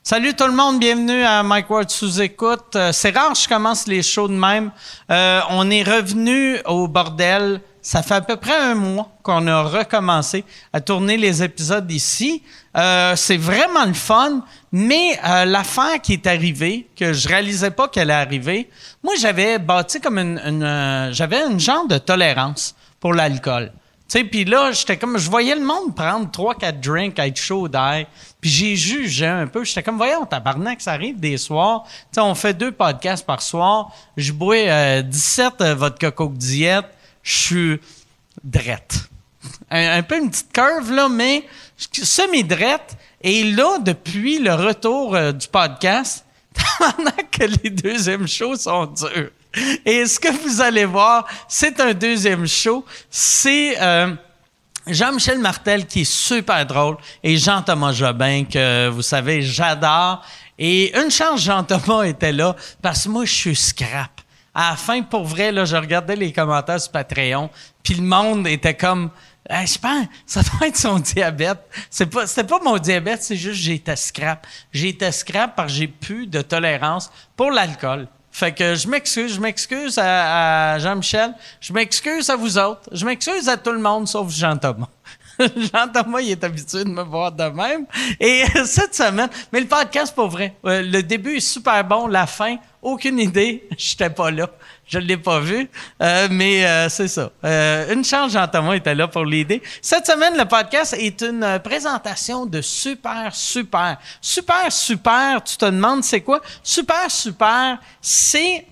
Salut tout le monde, bienvenue à Mike Ward sous-écoute. C'est rare que je commence les shows de même. On est revenu au bordel. Ça fait à peu près un mois qu'on a recommencé à tourner les épisodes ici. C'est vraiment le fun, mais l'affaire qui est arrivée, que je réalisais pas qu'elle allait arriver, moi j'avais bâti comme j'avais une genre de tolérance pour l'alcool. Tu sais, puis là, j'étais comme, je voyais le monde prendre 3-4 drinks, être chaud d'air, puis j'ai jugé un peu. J'étais comme, voyons, tabarnak, ça arrive des soirs. Tu sais, on fait 2 podcasts par soir. Je bois 17 vodka Coke Diet. Je suis drette. Un peu une petite curve, là, mais semi-drette. Et là, depuis le retour du podcast, tabarnak que les deuxièmes shows sont durs. Et ce que vous allez voir, c'est un deuxième show. C'est Jean-Michel Martel qui est super drôle et Jean-Thomas Jobin que, vous savez, j'adore. Et une chance, Jean-Thomas était là parce que moi, je suis scrap. À la fin, pour vrai, là, je regardais les commentaires sur Patreon puis le monde était comme... je pense, ça doit être son diabète. C'était pas mon diabète, c'est juste j'étais scrap. J'étais scrap parce que j'ai plus de tolérance pour l'alcool. Fait que je m'excuse à Jean-Michel, je m'excuse à vous autres, je m'excuse à tout le monde sauf Jean-Thomas. Jean-Thomas, il est habitué de me voir de même. Et cette semaine, mais le podcast, pour vrai, le début est super bon, la fin, aucune idée, j'étais pas là. Je l'ai pas vu, mais c'est ça. Une chance, Jean-Thomas était là pour l'aider. Cette semaine, le podcast est une présentation de Super Super. Super Super, tu te demandes c'est quoi? Super Super, c'est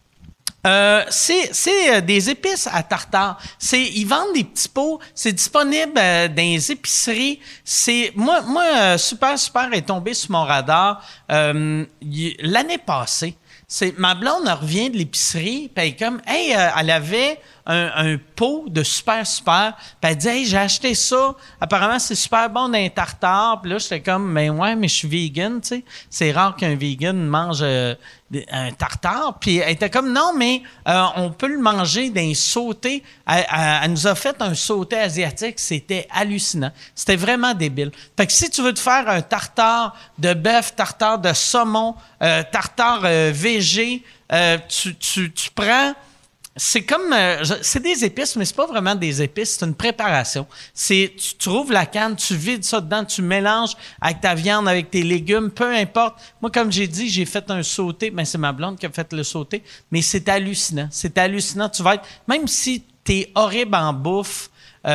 des épices à tartare. Ils vendent des petits pots. C'est disponible dans les épiceries. Moi, Super Super est tombé sur mon radar l'année passée. Ma blonde revient de l'épicerie, puis elle est comme, elle avait un pot de Super Super, puis elle dit, j'ai acheté ça, apparemment c'est super bon dans un tartare, puis là j'étais comme, mais je suis vegan, tu sais, c'est rare qu'un vegan mange un tartare, puis elle était comme, non, mais on peut le manger d'un sauté, elle nous a fait un sauté asiatique, c'était hallucinant, c'était vraiment débile. Fait que si tu veux te faire un tartare de bœuf, tartare de saumon, tartare végé, tu prends... C'est comme... c'est des épices, mais c'est pas vraiment des épices, c'est une préparation. Tu trouves la canne, tu vides ça dedans, tu mélanges avec ta viande, avec tes légumes, peu importe. Moi, comme j'ai dit, j'ai fait un sauté. Ben, c'est ma blonde qui a fait le sauté, mais c'est hallucinant. C'est hallucinant. Tu vas être... Même si t'es horrible en bouffe,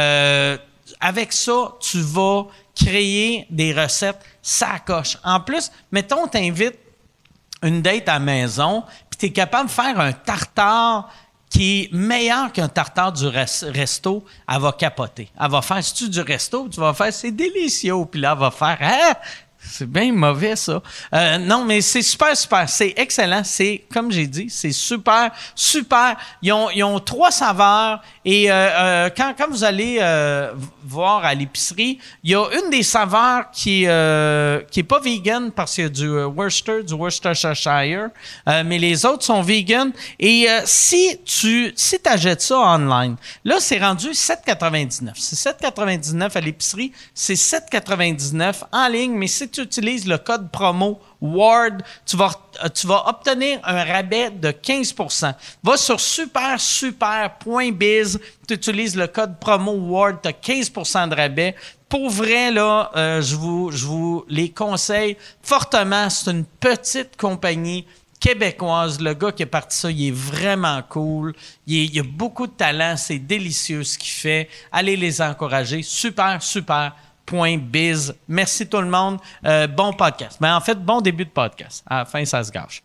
avec ça, tu vas créer des recettes sacoche. En plus, mettons, t'invites une date à la maison, puis t'es capable de faire un tartare qui est meilleur qu'un tartare du resto, elle va capoter. Elle va faire, si tu du resto, tu vas faire, c'est délicieux. Puis là, elle va faire, c'est bien mauvais, ça. Non, mais c'est super, super. C'est excellent. C'est, comme j'ai dit, c'est super, super. Ils ont 3 saveurs. Et quand vous allez voir à l'épicerie, il y a une des saveurs qui est pas vegan parce qu'il y a du Worcestershire, mais les autres sont vegan. Et si t'achètes ça online, là, c'est rendu 7,99. C'est 7,99 à l'épicerie. C'est 7,99 en ligne, mais si tu utilises le code promo WARD, tu vas obtenir un rabais de 15%. Va sur supersuper.biz, tu utilises le code promo WARD, tu as 15% de rabais. Pour vrai, là, je vous les conseille fortement. C'est une petite compagnie québécoise. Le gars qui est parti ça, il est vraiment cool. Il a beaucoup de talent. C'est délicieux ce qu'il fait. Allez les encourager. Super, super. .biz. Merci tout le monde. Bon podcast. Mais en fait, bon début de podcast. À la fin, ça se gâche.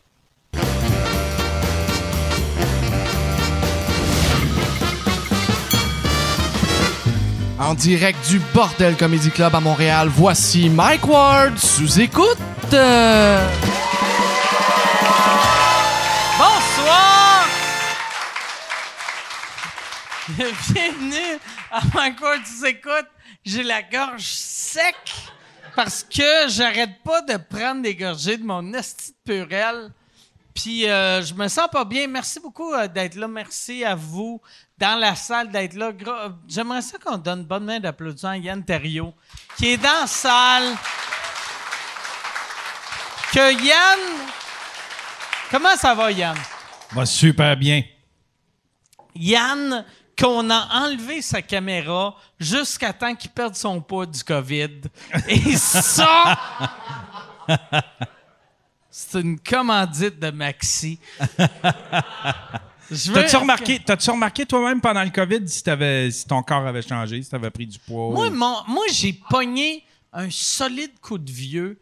En direct du Bordel Comedy Club à Montréal, voici Mike Ward sous écoute. Bonsoir! Bienvenue à Mike Ward sous écoute. J'ai la gorge sec parce que j'arrête pas de prendre des gorgées de mon esti de Purell. Puis je me sens pas bien. Merci beaucoup d'être là. Merci à vous dans la salle d'être là. J'aimerais ça qu'on donne une bonne main d'applaudissement à Yann Terriot qui est dans la salle. que Yann... Comment ça va, Yann? Va super bien. Yann, qu'on a enlevé sa caméra jusqu'à temps qu'il perde son poids du COVID. Et ça... c'est une commandite de Maxi. T'as-tu remarqué toi-même pendant le COVID si ton corps avait changé, si t'avais pris du poids? Moi, j'ai pogné un solide coup de vieux.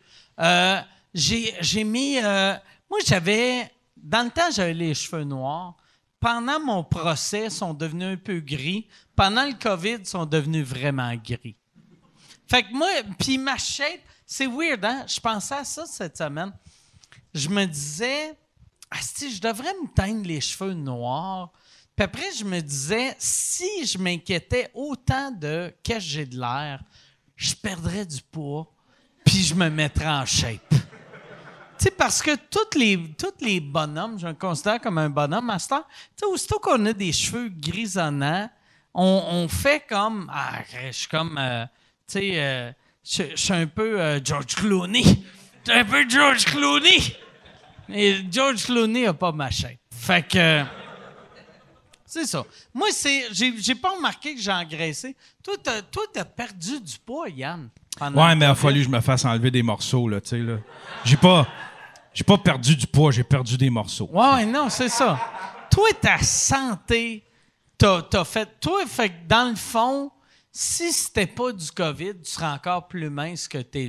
J'ai mis... moi, dans le temps, j'avais les cheveux noirs. Pendant mon procès, ils sont devenus un peu gris. Pendant le COVID, ils sont devenus vraiment gris. Fait que moi, puis ma shape, c'est weird, hein? Je pensais à ça cette semaine. Je me disais, je devrais me teindre les cheveux noirs. Puis après, je me disais, si je m'inquiétais autant de qu'est-ce que j'ai de l'air, je perdrais du poids, puis je me mettrais en shape. Tu sais, parce que tous les bonhommes, je me considère comme un bonhomme à ce temps, tu sais, aussitôt qu'on a des cheveux grisonnants, on fait comme, je suis comme, tu sais, je suis un peu George Clooney. Je suis un peu George Clooney. Et George Clooney n'a pas ma shape. Fait que, c'est ça. Moi, j'ai pas remarqué que j'ai engraissé. Toi, t'as perdu du poids, Yann. Ouais, mais il a fallu que je me fasse enlever des morceaux, là, tu sais, là. J'ai pas perdu du poids, j'ai perdu des morceaux. Ouais, non, c'est ça. Toi, ta santé, t'as fait... Toi, fait que dans le fond, si c'était pas du COVID, tu serais encore plus mince que t'es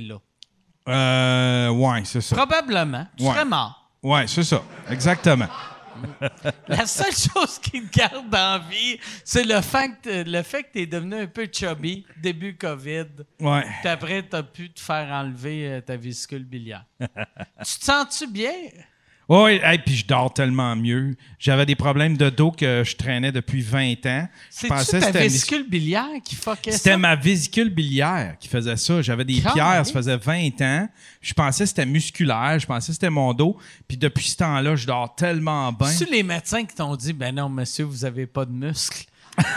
là. Ouais, c'est ça. Probablement. Tu serais mort. Ouais, c'est ça. Exactement. La seule chose qui te garde en vie, c'est le fait que tu es devenu un peu chubby début COVID. Ouais. Puis après, tu as pu te faire enlever ta vésicule biliaire. Tu te sens-tu bien? Oui, puis je dors tellement mieux. J'avais des problèmes de dos que je traînais depuis 20 ans. C'est-tu ta vésicule biliaire qui fuckait ça? C'était ma vésicule biliaire qui faisait ça. J'avais des pierres, ça faisait 20 ans. Je pensais que c'était musculaire, je pensais que c'était mon dos. Puis depuis ce temps-là, je dors tellement bien. C'est-tu les médecins qui t'ont dit « Ben non, monsieur, vous avez pas de muscles? »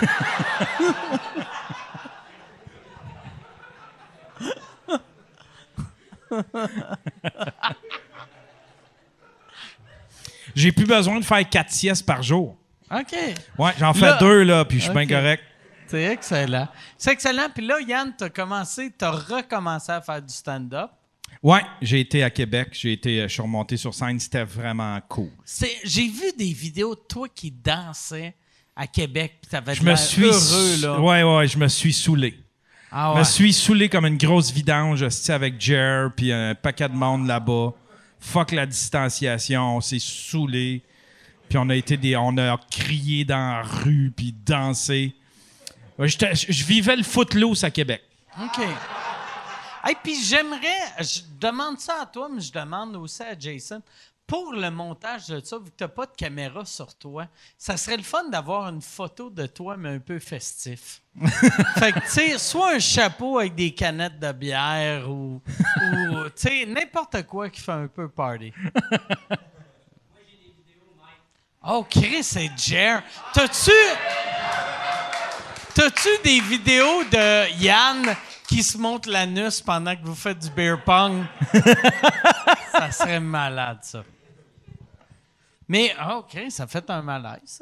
J'ai plus besoin de faire 4 siestes par jour. OK. Ouais, j'en fais 2, là, puis je suis bien correct. C'est excellent. C'est excellent. Puis là, Yann, t'as recommencé à faire du stand-up. Ouais, j'ai été à Québec. Je suis remonté sur scène. C'était vraiment cool. J'ai vu des vidéos de toi qui dansais à Québec, puis t'avais l'air heureux, là. Ouais, je me suis saoulé. Ah ouais. Je me suis saoulé comme une grosse vidange, avec Jer, puis un paquet de monde là-bas. Fuck la distanciation, on s'est saoulé. Puis on a crié dans la rue, puis dansé. Je vivais le footloose à Québec. OK. Hey, puis je demande ça à toi, mais je demande aussi à Jason, pour le montage de ça, vu que tu n'as pas de caméra sur toi, ça serait le fun d'avoir une photo de toi, mais un peu festif. Fait que, tu sais, soit un chapeau avec des canettes de bière ou tu sais, n'importe quoi qui fait un peu party. Oh, Chris, c'est Jer. T'as-tu des vidéos de Yann qui se monte l'anus pendant que vous faites du beer pong? Ça serait malade, ça. Mais, OK, ça fait un malaise, ça.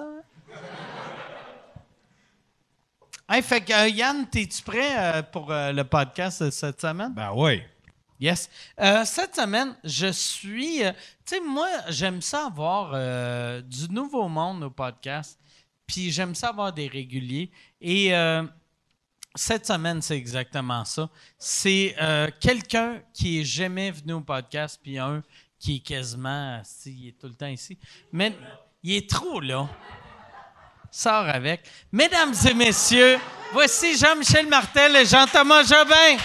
Hey, fait que, Yann, t'es-tu prêt pour le podcast de cette semaine? Ben oui. Yes. Cette semaine, je suis... tu sais, moi, j'aime ça avoir du nouveau monde au podcast, puis j'aime ça avoir des réguliers. Et cette semaine, c'est exactement ça. C'est quelqu'un qui est jamais venu au podcast, puis un qui est quasiment... il est tout le temps ici. Mais il est trop là. Sors avec. Mesdames et messieurs, voici Jean-Michel Martel et Jean-Thomas Jobin.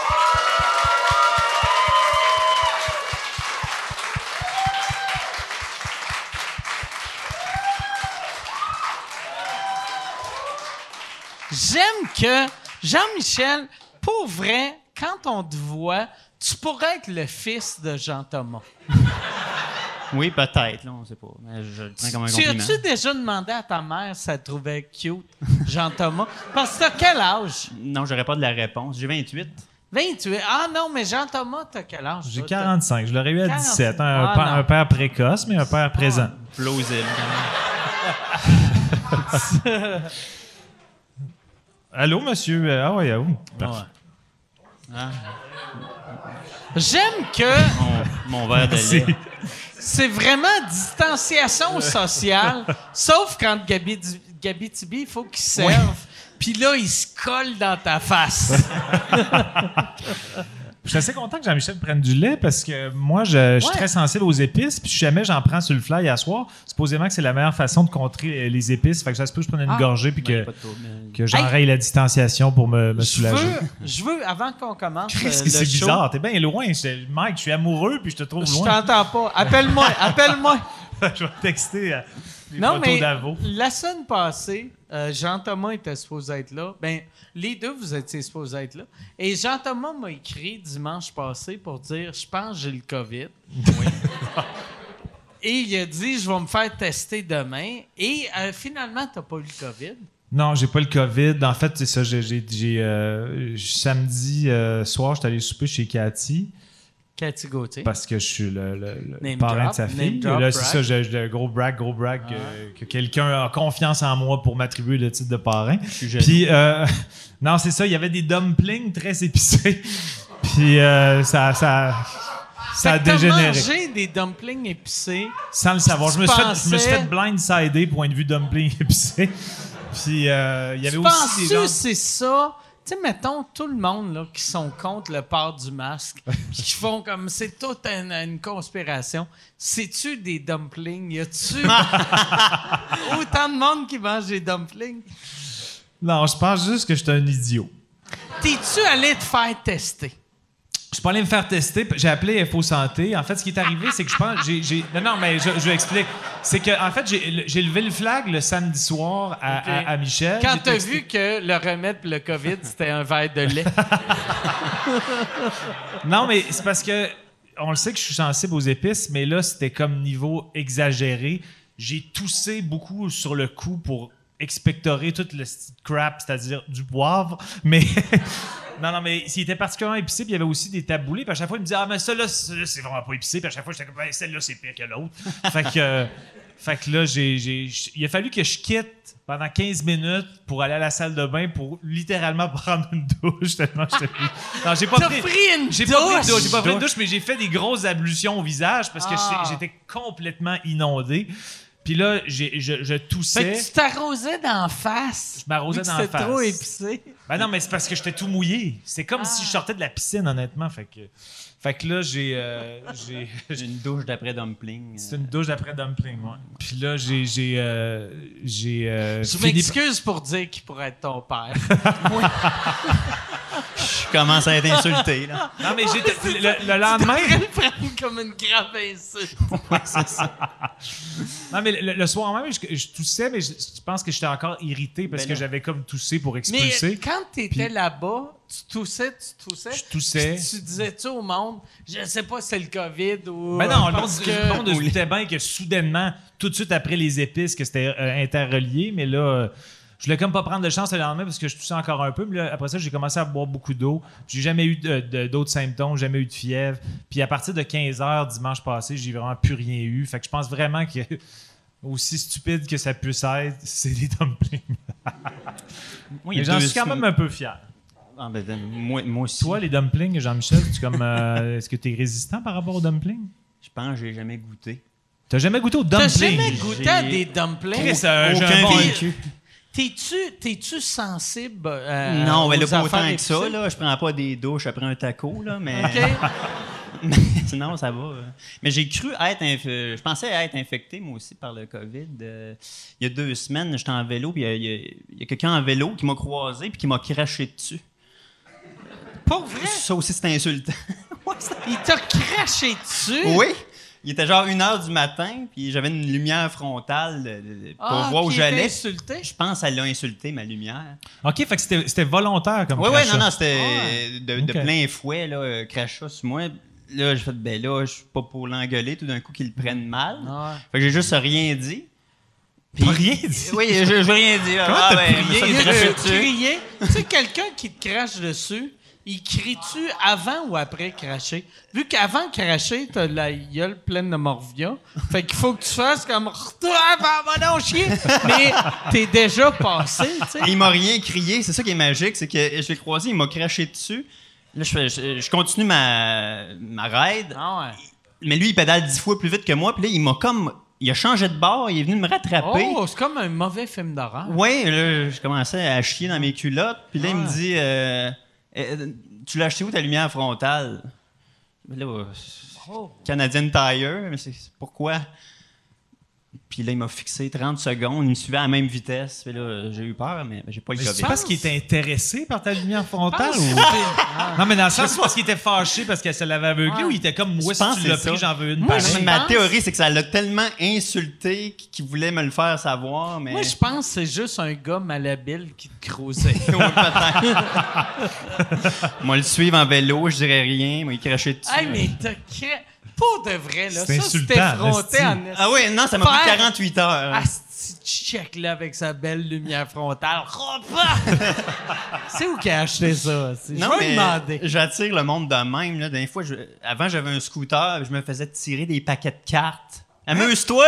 J'aime que, Jean-Michel, pour vrai, quand on te voit, tu pourrais être le fils de Jean-Thomas. Oui, peut-être, là, on sait pas. Mais je le prends comme un compliment. As-tu déjà demandé à ta mère si elle trouvait cute Jean-Thomas? Parce que t'as quel âge? Non, j'aurais pas de la réponse. J'ai 28. 28. Ah non, mais Jean-Thomas, t'as quel âge? J'ai toi? 45. Je l'aurais eu à 45. 17. Ah, Un père précoce, mais un père présent. Plausible. Allô, monsieur? Ah oui, ah oui. J'aime que Mon verre de lait. c'est vraiment distanciation sociale, sauf quand Gabi-Tibi, il faut qu'il serve. Puis là, il se colle dans ta face. Je suis assez content que Jean-Michel prenne du lait parce que moi, je suis très sensible aux épices. Puis si jamais j'en prends sur le fly à soir, supposément que c'est la meilleure façon de contrer les épices. Fait que ça se peut que je prenne une gorgée puis que j'enraye la distanciation pour me soulager. Je veux, avant qu'on commence Qu'est-ce que le c'est show, bizarre? T'es bien loin. Mike, je suis amoureux puis je te trouve je loin. t'entends pas. Appelle-moi. Je vais te texter les Non, photos mais d'Avo. la semaine passée, Jean-Thomas était supposé être là. Ben, les deux, vous étiez supposés être là. Et Jean-Thomas m'a écrit dimanche passé pour dire « Je pense que j'ai le COVID. » Et il a dit « Je vais me faire tester demain. » Et finalement, t'as pas eu le COVID. Non, j'ai pas le COVID. En fait, c'est ça. Samedi soir, j'étais allé souper chez Cathy. Cathy Gauthier. Parce que je suis le Name parrain drop, de sa fille. name drop, Et là, c'est brag. ça, j'ai le gros brag que quelqu'un a confiance en moi pour m'attribuer le titre de parrain. Puis, non, c'est ça, il y avait des dumplings très épicés. Puis, ça a dégénéré. T'as mangé des dumplings épicés. Sans le savoir. Je me suis pensais- fait blindsider, point de vue dumpling épicé. Puis, il y avait Tu aussi des penses-tu gens... que c'est ça? Tu sais, mettons, tout le monde là, qui sont contre le port du masque, qui font comme c'est toute une conspiration. C'est-tu des dumplings? Y a-tu autant de monde qui mange des dumplings? Non, je pense juste que je suis un idiot. T'es-tu allé te faire tester? Je suis pas allé me faire tester. J'ai appelé FO Santé. En fait, ce qui est arrivé, c'est que je pense... Non, mais je explique. C'est que, en fait, j'ai levé le flag le samedi soir à Michel. Quand J'ai t'as texté- vu que le remède pour le COVID, c'était un verre de lait. Non, mais c'est parce que... On le sait que je suis sensible aux épices, mais là, c'était comme niveau exagéré. J'ai toussé beaucoup sur le coup pour expectorer tout le crap, c'est-à-dire du poivre, mais... Non, mais s'il était particulièrement épicé, puis il y avait aussi des taboulés, puis à chaque fois, il me disait « Ah, mais ça, là, c'est vraiment pas épicé. » Puis à chaque fois, j'étais comme « Celle-là, c'est pire que l'autre. » Fait que là, il a fallu que je quitte pendant 15 minutes pour aller à la salle de bain pour littéralement prendre une douche tellement j'étais plus... Non, j'ai pas T'as pris... pris une J'ai pas pris de douche, douche? j'ai pas pris de douche, mais j'ai fait des grosses ablutions au visage parce que j'étais complètement inondé. Puis là, je toussais. Fait que tu t'arrosais d'en face. Je m'arrosais Vu que d'en c'était face. trop épicé. Ben non, mais c'est parce que j'étais tout mouillé. C'est comme si je sortais de la piscine, honnêtement. Fait que là, j'ai Une douche d'après dumpling. c'est une douche d'après dumpling, ouais. Puis là, j'ai Je fini... m'excuse pour dire qu'il pourrait être ton père. Je commence à être insulté, là. Non, mais le lendemain... Je le prendre comme une grave insulte. Non, mais le soir même, je toussais, mais je pense que j'étais encore irrité parce Ben que non. j'avais comme toussé pour Mais expulser. quand t'étais là-bas, tu toussais. Je toussais. Tu disais-tu au monde, je sais pas si c'est le COVID ou... Ben non, le parce monde se doutait bien que soudainement, tout de suite après les épices, que c'était interrelié, mais là, je voulais comme pas prendre de chance le lendemain parce que je toussais encore un peu. Mais là, après ça, j'ai commencé à boire beaucoup d'eau. J'ai jamais eu d'autres symptômes, jamais eu de fièvre. Puis à partir de 15h dimanche passé, j'ai vraiment plus rien eu. Fait que je pense vraiment que, aussi stupide que ça puisse être, c'est des dumplings. Moi, il y Mais a j'en deux suis quand même semaines- un peu fier. Ah, ben, moi aussi. Toi, les dumplings, Jean-Michel, est-ce que tu es résistant par rapport aux dumplings? Je pense que j'ai jamais goûté. T'as jamais goûté aux T'as dumplings? jamais goûté à des dumplings? Chris, j'ai un Aucun bon- vécu. T'es-tu sensible Non, mais aux là, pas affaires autant que ça, épicées? là. Je prends pas des douches après un taco, là, mais... OK. Sinon, ça va. Mais j'ai cru être... Je pensais être infecté, moi aussi, par le COVID. Il y a 2 semaines, j'étais en vélo, puis il y a quelqu'un en vélo qui m'a croisé puis qui m'a craché dessus. Pour vrai? Ça aussi, c'est insultant. Il t'a craché dessus? Oui! Il était genre 1h du matin, puis j'avais une lumière frontale pour voir où qui j'allais. était insulté? Je pense qu'elle l'a insulté, ma lumière. OK, fait que c'était volontaire comme Oui, crachat. non, c'était de Ok. plein fouet, là, crachat sur moi. Là, j'ai fait, ben là, je suis pas pour l'engueuler tout d'un coup qu'il le prenne mal. Ouais. Fait que j'ai juste rien dit. T'as rien dit? Oui, j'ai rien dit. Comment t'as ben, pu mais ça rien me dire? crachait Tu dessus. criais. Tu sais, quelqu'un qui te crache dessus, il crie-tu avant ou après cracher? Vu qu'avant cracher, t'as la gueule pleine de morvia, fait qu'il faut que tu fasses comme « va donc chier! » Mais t'es déjà passé, tu sais. Il m'a rien crié. C'est ça qui est magique, c'est que je l'ai croisé, il m'a craché dessus. Là, je continue ma ride. Ah ouais. Mais lui, il pédale 10 fois plus vite que moi. Puis là, il a changé de bord, il est venu me rattraper. Oh, c'est comme un mauvais film d'horreur. Oui, là, je commençais à chier dans mes culottes. Puis là, il me dit tu l'as acheté où ta lumière frontale? Là, Canadian Tire. Mais c'est pourquoi? Puis là, il m'a fixé 30 secondes. Il me suivait à la même vitesse. Puis là, j'ai eu peur, mais j'ai pas eu le Mais COVID. c'est parce qu'il était intéressé par ta lumière frontale ou... Ah. Non, mais dans le sens, c'est parce qu'il était fâché parce qu'elle se l'avait aveuglé ou il était comme, moi, Je si pense tu que l'as c'est pris, ça. j'en veux une Moi, pareille. je Ma pense- théorie, c'est que ça l'a tellement insulté qu'il voulait me le faire savoir, mais... Moi, je pense que c'est juste un gars malhabile qui te crousait. Oui, peut-être. Moi, le suivre en vélo, je dirais rien, mais il crachait dessus. Hey, mais pour de vrai, là, C'est ça, c'était insultant, fronté esti. en Ah oui, non, ça m'a pris Faire- 48 heures. Asti, check là avec sa belle lumière frontale. C'est où qu'il a acheté ça? Je Non, vais mais demander. j'attire le monde de même. Là. Des fois, avant, j'avais un scooter, je me faisais tirer des paquets de cartes. Amuse-toi!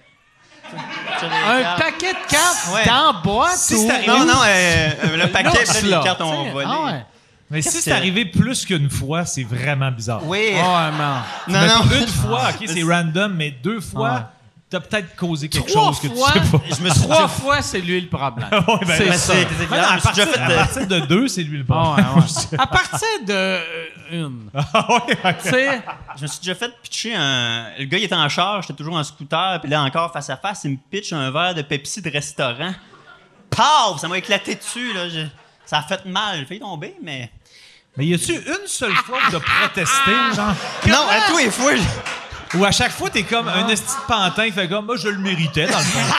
Un paquet de cartes Ouais. dans la boîte Si ou... c'est arrivé- Non, non, le paquet, Lousse, puis là, là, les cartes ont t'sais. volé. Ah ouais. Mais si Qu'est-ce c'est que- arrivé plus qu'une fois, c'est vraiment bizarre. Oui. Ah, man. Non, Mettons, non. une fois, OK, c'est random, mais 2 fois, Ouais. t'as peut-être causé quelque Trois chose que tu fois, sais pas. Je me suis Trois fois, c'est lui le problème. Ouais, ben, c'est ben, ça. c'est Mais non, à, je me suis déjà partir, fait, à partir de 2, c'est lui le Ah problème. ouais, ouais. À partir de une. Ah ouais, ok. Tu sais, Je me suis déjà fait pitcher Le gars, il était en charge, j'étais toujours en scooter, puis là, encore face à face, il me pitch un verre de Pepsi de restaurant. Paf! Ça m'a éclaté dessus, là. Ça a fait mal. J'ai failli tomber, mais... Mais y a-tu une seule fois que t'as protesté, genre? Non, à tous les fois, Ou à chaque fois, t'es comme un esti de pantin, fait comme, moi, je le méritais, dans le fond.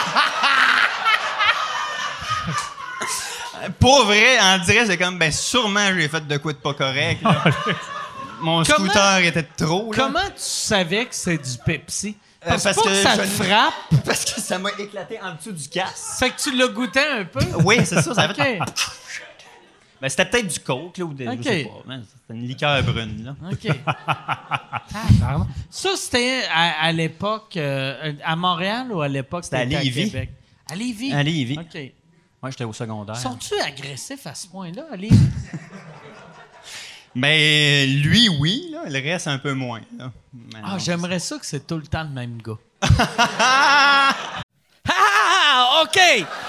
Pour vrai, en direct, c'est comme, ben sûrement j'ai fait de quoi de pas correct. là. Mon Comment- scooter était trop, là. comment tu savais que c'est du Pepsi? Parce parce pas que que ça te je- frappe. Parce que ça m'a éclaté en dessous du casque. Fait que tu l'as goûté un peu. Oui, c'est ça, ça a fait... OK. Ben, c'était peut-être du coke, là, ou des... Ok. Je sais pas. man, C'était une liqueur brune, là. OK. Ça, c'était à l'époque, à Montréal ou à l'époque, C'était à t'étais Lévis. Québec? À Lévis? À Lévis. OK. Moi, j'étais au secondaire. Sont-tu agressifs à ce point-là, à Lévis? Mais lui, oui, là. Le reste, un peu moins, là. Mais Ah, non. j'aimerais ça que c'est tout le temps le même gars. Ah, OK!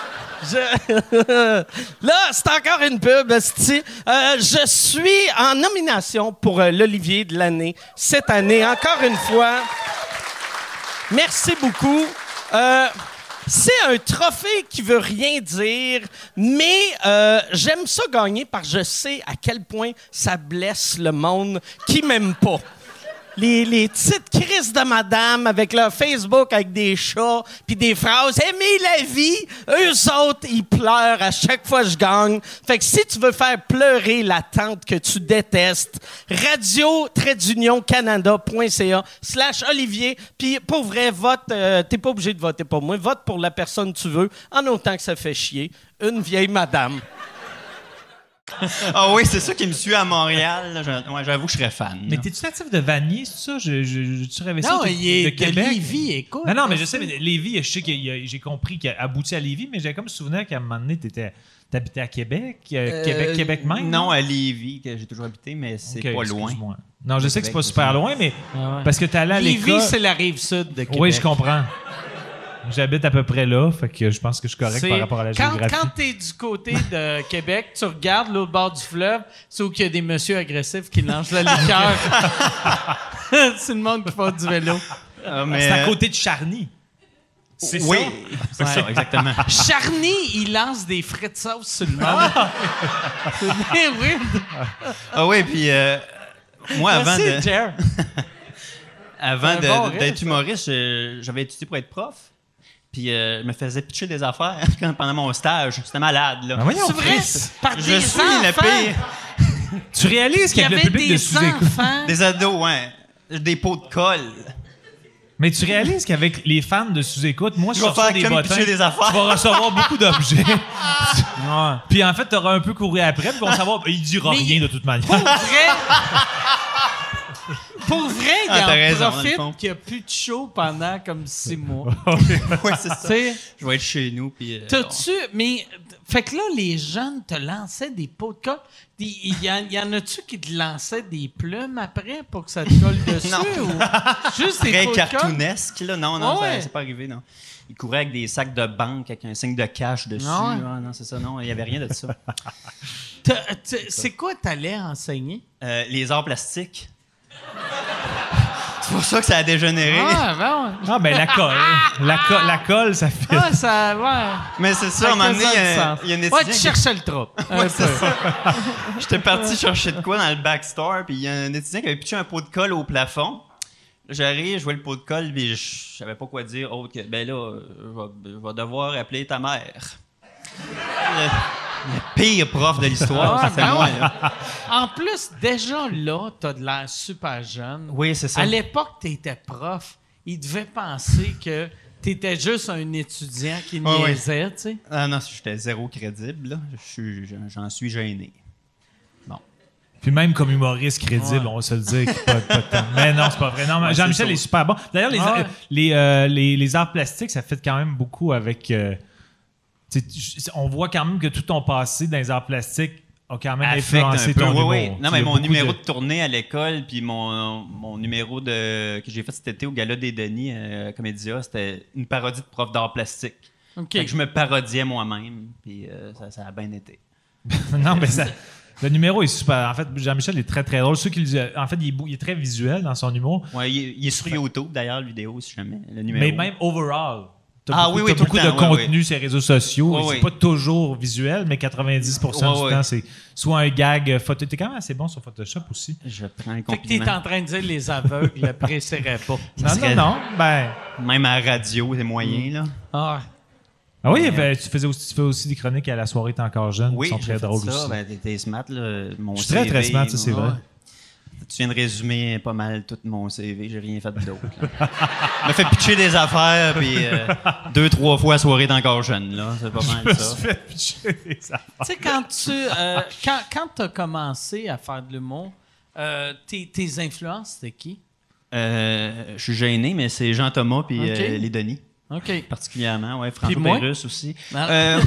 Là, c'est encore une pub, esti. Je suis en nomination pour l'Olivier de l'année cette année, encore une fois. Merci beaucoup. C'est un trophée qui veut rien dire, mais j'aime ça gagner parce que je sais à quel point ça blesse le monde qui m'aime pas. Les petites crises de madame avec leur Facebook avec des chats puis des phrases « Aimez la vie », eux autres, ils pleurent à chaque fois que je gagne. Fait que si tu veux faire pleurer la tante que tu détestes, radio-canada.ca/Olivier, puis pour vrai, vote, t'es pas obligé de voter pour moi, vote pour la personne que tu veux, en autant que ça fait chier. Une vieille madame. Ah oui, c'est ça qui me suit à Montréal. là. Ouais, j'avoue que je serais fan. Mais là. t'es-tu natif de Vanier, c'est ça? Tu rêvais ça? Non, t'es il est de de Québec? Lévis, écoute. Non, mais je sais, mais Lévis, je sais que j'ai compris qu'il a abouti à Lévis, mais j'ai comme souvenir qu'à un moment donné, t'habitais à Québec, Québec même? Non, à Lévis, que j'ai toujours habité, mais c'est Ok, pas loin. excuse-moi. Non, je sais que c'est pas Québec, super c'est- loin, mais Ah ouais. parce que t'es allé à l'école... Lévis, c'est la rive sud de Québec. Oui, je comprends. J'habite à peu près là, fait que je pense que je suis correct C'est- par rapport à la géographie. Quand t'es du côté de Québec, tu regardes l'autre bord du fleuve, c'est où qu'il y a des messieurs agressifs qui lancent la liqueur. C'est le monde qui fait du vélo. Ah, mais... C'est à côté de Charny. C'est oui, ça? c'est ça, exactement. Charny, il lance des frites sauce sur le monde. C'est bien weird. Ah oui, puis moi, avant Merci, de... Jer. Avant C'est un bon d'être rire, humoriste, j'avais étudié pour être prof. Puis je me faisais pitcher des affaires pendant mon stage. C'était malade, là. Ben voyons, C'est vrai? Chris. Par Je des suis le enfants. pire. Tu réalises Il y qu'avec le avait public de des sous-écoute... enfants. Des ados, ouais. Des pots de colle. Mais tu réalises qu'avec les fans de sous-écoute, moi, Je je vais reçois faire des comme bottins, pitcher des affaires. tu vas recevoir beaucoup d'objets. Puis en fait, tu auras un peu couru après, puis ils vont savoir, il dira rien de toute manière. Pour vrai, il t'as raison, en dans le profite fond. qu'il n'y a plus de show pendant comme 6 mois. Ouais, c'est ça. Tu sais, Je vais être chez nous. Puis, t'as-tu... Mais, fait que là, les jeunes te lançaient des pots de colle. Il y en a-tu qui te lançaient des plumes après pour que ça te colle dessus? Non. Ou juste des très pots de colle? cartoonesque, là. Non, Ah ouais. c'est pas arrivé, non. Il courait avec des sacs de banque avec un signe de cash dessus. Ah ouais. Ah, non, c'est ça, non. Il n'y avait rien de ça. C'est quoi t'allais enseigner? Les arts plastiques. C'est pour ça que ça a dégénéré. Ah, ben Ah, ben la colle. La colle, ça fait. ouais. Ah, ça... Ouais. Mais c'est ça, à un moment donné, il y a un étudiant Ouais, tu qui- cherchais le trouble. Ouais, c'est ça. J'étais parti chercher de quoi dans le backstore, puis il y a un étudiant qui avait pitché un pot de colle au plafond. Là, j'arrive, je vois le pot de colle, puis je savais pas quoi dire autre que, ben là, je vais devoir appeler ta mère. Le pire prof de l'histoire, Ah, c'était ben moi. ouais. Là. En plus, déjà là, t'as de l'air super jeune. Oui, c'est ça. À l'époque, t'étais prof. Ils devaient penser que t'étais juste un étudiant qui Ouais, ouais. niaisait, tu sais. Ah non, j'étais zéro crédible, là. J'en suis gêné. Puis même comme humoriste crédible, on va se le dire. Pas tant. Mais non, c'est pas vrai. Non, mais Ouais, Jean-Michel c'est est super bon. D'ailleurs, les arts plastiques, ça fait quand même beaucoup avec... tu sais, on voit quand même que tout ton passé dans les arts plastiques a quand même Affecte influencé un peu, ton oui, humour. oui. Non, Tu mais as mon beaucoup numéro de tournée à l'école, puis mon numéro que j'ai fait cet été au Gala des Denis, Comédia, c'était une parodie de prof d'art plastique. OK. Fait que je me parodiais moi-même, puis ça a bien été. Non, mais le numéro est super. En fait, Jean-Michel est très, très drôle. En fait, il est très visuel dans son humour. Ouais, il est sur YouTube, d'ailleurs, la vidéo, si jamais, le numéro. Mais même overall. Ah oui, oui, t'as tout le beaucoup de temps, ouais, contenu sur les réseaux sociaux. Ouais, C'est ouais. pas toujours visuel, mais 90% du Ouais, temps, ouais. c'est soit un gag photo. T'es quand même assez bon sur Photoshop aussi. Je prends un Fait que t'es compliment. en train de dire les aveugles l'apprécieraient pas. Non. Ben. Même à la radio, c'est moyen, là. Ah, Ah oui, ben, tu fais aussi des chroniques à la soirée, t'es encore jeune. Oui, qui sont j'ai très fait drôles ça. aussi. Ben, t'es smart, là. Mon Je suis très, très smart, ça, c'est vrai. Tu viens de résumer pas mal tout mon CV. J'ai rien fait d'autre. là. Je me fait pitcher des affaires, puis 2-3 fois soirée d'encore jeune, là. C'est pas mal ça. tu sais, quand t'as commencé à faire de l'humour, tes influences, c'était qui? Je suis gêné, mais c'est Jean Thomas puis Ok. les Denis, OK. particulièrement. Ouais, François Puis moi? Pérusse aussi. Non, Euh,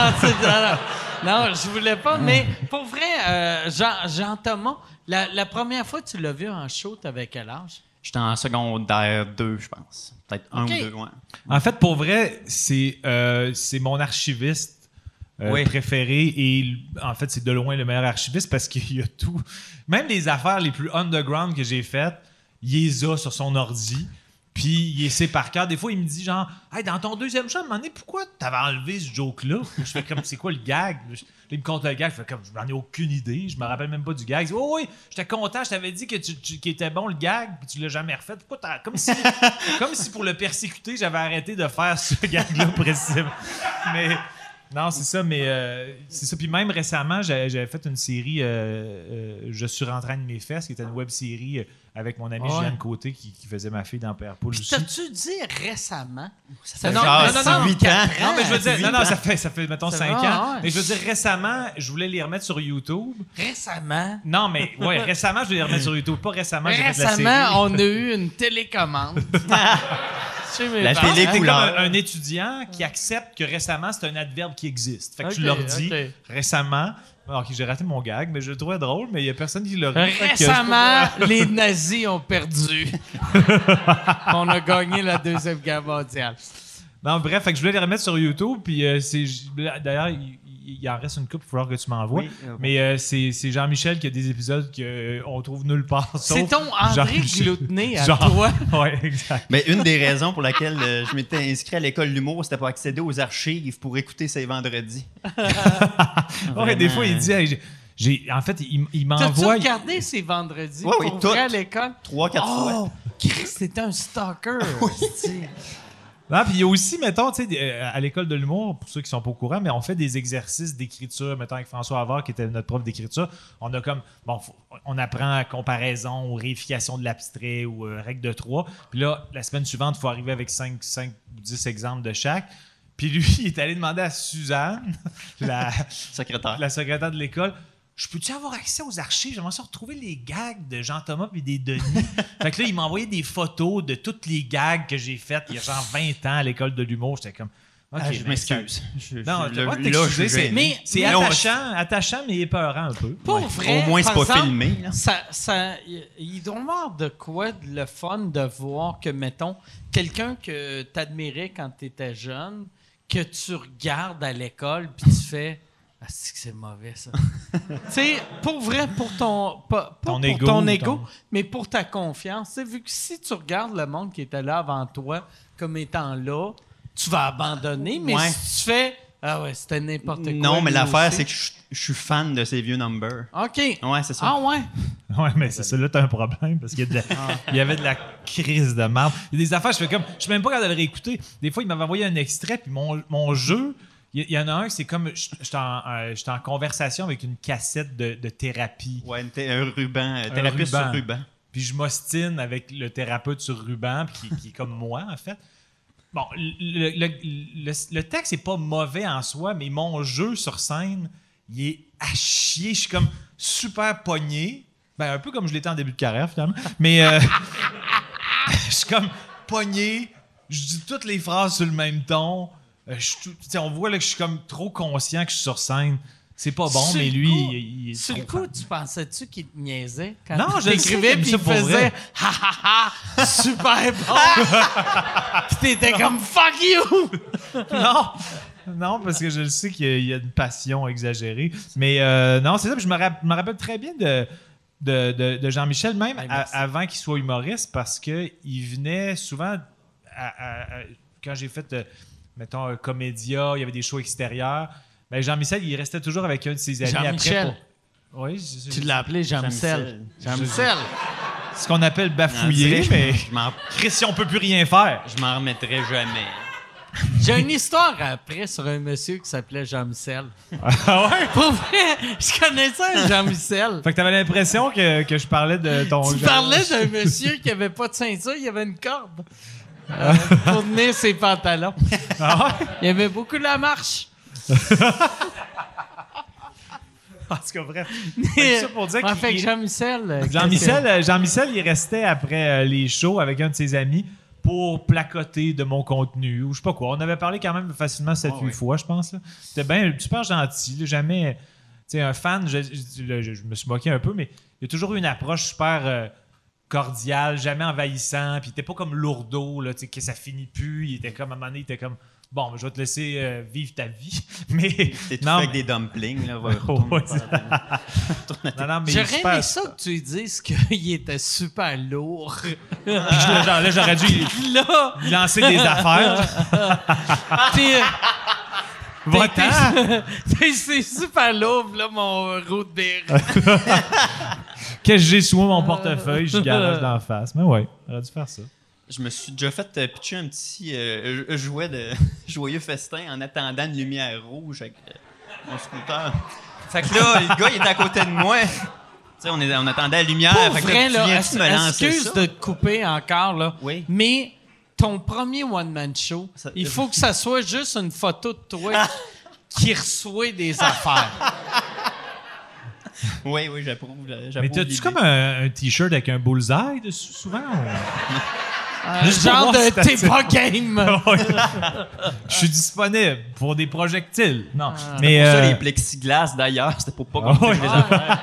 non, je voulais pas. Mais pour vrai, Jean-Thomas, la première fois que tu l'as vu en show, t'avais quel âge? J'étais en secondaire 2, je pense. Peut-être 1 Ok. ou 2, ouais. En fait, pour vrai, c'est mon archiviste Oui. préféré et en fait, c'est de loin le meilleur archiviste parce qu'il y a tout. Même les affaires les plus underground que j'ai faites, il les a sur son ordi. Puis il sait par cœur. Des fois, il me dit genre, hey, dans ton deuxième show, à un moment donné, pourquoi t'avais enlevé ce joke-là? Je fais comme, c'est quoi le gag? Là, il me compte le gag. Je fais comme, je n'en ai aucune idée. Je me rappelle même pas du gag. Il dit, oh, oui, j'étais content. Je t'avais dit que qu'il était bon le gag, puis tu l'as jamais refait. Pourquoi t'as. Comme si pour le persécuter, j'avais arrêté de faire ce gag-là précisément. Mais. Non, c'est ça, mais c'est ça. Puis même récemment, j'avais fait une série Je surentraîne mes fesses, qui était une web-série avec mon ami Ouais. Juliane Côté qui faisait ma fille dans Père Poule Puis aussi. t'as-tu dit récemment? Ça fait Non, genre non, non, 8 ans. Non, mais je veux dire, non, ça fait mettons, Ça 5 va, ans. ouais. Mais je veux dire, récemment, je voulais les remettre sur YouTube. Récemment? Non, mais ouais, récemment, je voulais les remettre sur YouTube. Pas récemment, j'ai fait la série. Récemment, on a eu une télécommande. Chez mes La parents. télé T'es comme couleur. un étudiant qui accepte que récemment, c'est un adverbe qui existe. Fait que tu Ok, leur dis ok. récemment. Ok, j'ai raté mon gag, mais je le trouvais drôle, mais il n'y a personne qui l'a ri. Fait que Récemment, les nazis ont perdu. On a gagné la Deuxième Guerre mondiale. Non, bref, fait que je voulais les remettre sur YouTube, puis d'ailleurs, il en reste une coupe, il va falloir que tu m'envoies. Oui, Mais c'est Jean-Michel qui a des épisodes qu'on trouve nulle part. C'est sauf ton André Jean-Michel. Gloutenay à Genre. toi. Ouais, exact. Mais une des raisons pour laquelle je m'étais inscrit à l'école de l'humour, c'était pour accéder aux archives pour écouter ces vendredis. Ouais, des fois, il dit, hey, en fait, il T'as-tu m'envoie. regardé ces vendredis Oui, oui, pour toutes. vrai à l'école? 3-4 fois. Oh, Chris, t'es un stalker. hostie. Non, puis il y a aussi, mettons, tu sais, à l'école de l'humour, pour ceux qui sont pas au courant, mais on fait des exercices d'écriture, mettons, avec François Havard, qui était notre prof d'écriture. On a comme, on apprend à comparaison ou réification de l'abstrait ou règle de 3. Puis là, la semaine suivante, il faut arriver avec 5 ou 10 exemples de chaque. Puis lui, il est allé demander à Suzanne, la secrétaire de l'école, je peux-tu avoir accès aux archives? J'aimerais ça retrouver les gags de Jean-Thomas et des Denis. Fait que là, il m'a envoyé des photos de toutes les gags que j'ai faites il y a genre 20 ans à l'école de l'humour. J'étais comme, OK, je m'excuse. Non, je pas t'excuser. Mais c'est attachant, mais épeurant un peu. Pour vrai, au moins, c'est par pas exemple, filmé. Là. Il doit y avoir de quoi de le fun de voir que, mettons, quelqu'un que tu admirais quand tu étais jeune, que tu regardes à l'école, puis tu fais... Ah, c'est mauvais, ça. Tu sais, pour vrai, pour ton... Pas ton pour ego, ton ego, mais pour ta confiance. Tu sais, vu que si tu regardes le monde qui était là avant toi comme étant là, tu vas abandonner, mais si tu fais... Ah ouais, c'était n'importe quoi. Non, mais l'affaire, c'est que je suis fan de ces vieux numbers. OK. Ouais, c'est ça. Ah ouais? Ouais, mais c'est ça, là, t'as un problème, parce qu'il y avait de la crise de marde. Il y a des affaires, je fais comme... Je suis même pas capable de le réécouter. Des fois, il m'avait envoyé un extrait, puis mon jeu... Il y en a un, c'est comme j'étais en conversation avec une cassette de thérapie. Ouais, un ruban, thérapeute sur ruban. Puis je m'ostine avec le thérapeute sur ruban, qui est comme moi, en fait. Bon, le texte n'est pas mauvais en soi, mais mon jeu sur scène, il est à chier. Je suis comme super pogné. Ben, un peu comme je l'étais en début de carrière, finalement. Mais je suis comme pogné. Je dis toutes les phrases sur le même ton. On voit là, que je suis comme trop conscient que je suis sur scène. C'est pas bon, mais lui, il est sur le coup, tu pensais-tu qu'il te niaisait quand non, tu écrivais puis il faisait « Ha ha ha! Super bon! » Puis t'étais comme « Fuck you! » Non, parce que je le sais qu'il y a une passion exagérée. Mais non, c'est ça. Puis je me rappelle très bien de Jean-Michel, même avant qu'il soit humoriste, parce qu'il venait souvent quand j'ai fait... mettons, un Comédia, il y avait des shows extérieurs. Ben Jean-Michel, il restait toujours avec un de ses amis Jean-Michel. après. Oui, tu l'as appelé Jean-Michel. Jean-Michel. Ce qu'on appelle bafouiller, mais Chris, si on peut plus rien faire. Je m'en remettrai jamais. J'ai une histoire après sur un monsieur qui s'appelait Jean-Michel. Ah ouais? Pour vrai, je connaissais un Jean-Michel. Fait que t'avais l'impression que je parlais de ton... Tu parlais d'un monsieur qui avait pas de ceinture, il avait une corde. Pour tenir ses pantalons. Ah ouais? Il y avait beaucoup de la marche. En tout cas, bref. C'est ça pour dire fait que Jean-Michel... Jean-Michel, il restait après les shows avec un de ses amis pour placoter de mon contenu ou je sais pas quoi. On avait parlé quand même facilement 7-8 fois, je pense. Là. C'était bien super gentil. Là. Jamais... Tu sais, un fan, je me suis moqué un peu, mais il y a toujours eu une approche super... cordial, jamais envahissant, puis il était pas comme lourdeau, là, que ça finit plus, il était comme, à un moment donné, il était comme, bon, je vais te laisser vivre ta vie, mais... T'es tout fait avec des dumplings, là, mais j'aurais aimé ça que tu lui dises qu'il était super lourd. là, j'aurais dû lancer des affaires. C'est super lourd, là, mon route beer. Qu'est-ce que j'ai sous mon portefeuille, je garage d'en face. Mais ouais, j'aurais dû faire ça. Je me suis déjà fait pitcher un petit jouet de joyeux festin en attendant une lumière rouge avec mon scooter. Fait que là, le gars, il était à côté de moi. Tu sais, on attendait la lumière. Pour fait que vrai, là, là, tu me lancer excuse ça? de te couper encore, là. Oui. Mais ton premier one-man show, il faut que ça soit juste une photo de toi qui reçoit des affaires. Oui, j'approuve. Mais t'as-tu comme un T-shirt avec un bullseye dessus, souvent? Genre de t'es pas game. Je suis disponible pour des projectiles. Non. Mais pour ça, les plexiglas, d'ailleurs, c'était pour pas qu'on les affaires.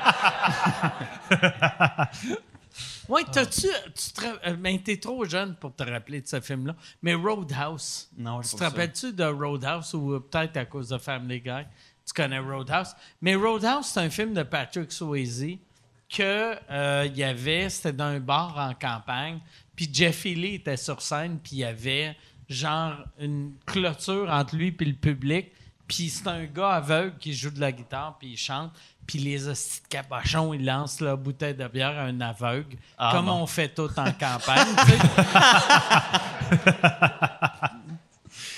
Oui, ben, t'es trop jeune pour te rappeler de ce film-là. Mais Roadhouse. Non, tu te rappelles-tu de Roadhouse ou peut-être à cause de Family Guy? Tu connais Roadhouse. Mais Roadhouse, c'est un film de Patrick Swayze que il y avait, c'était dans un bar en campagne. Puis Jeff Healey était sur scène, puis il y avait genre une clôture entre lui et le public. Puis c'est un gars aveugle qui joue de la guitare, puis il chante. Puis les hosties de cabochons, ils lancent la bouteille de bière à un aveugle, comme on fait tout en campagne. Tu sais.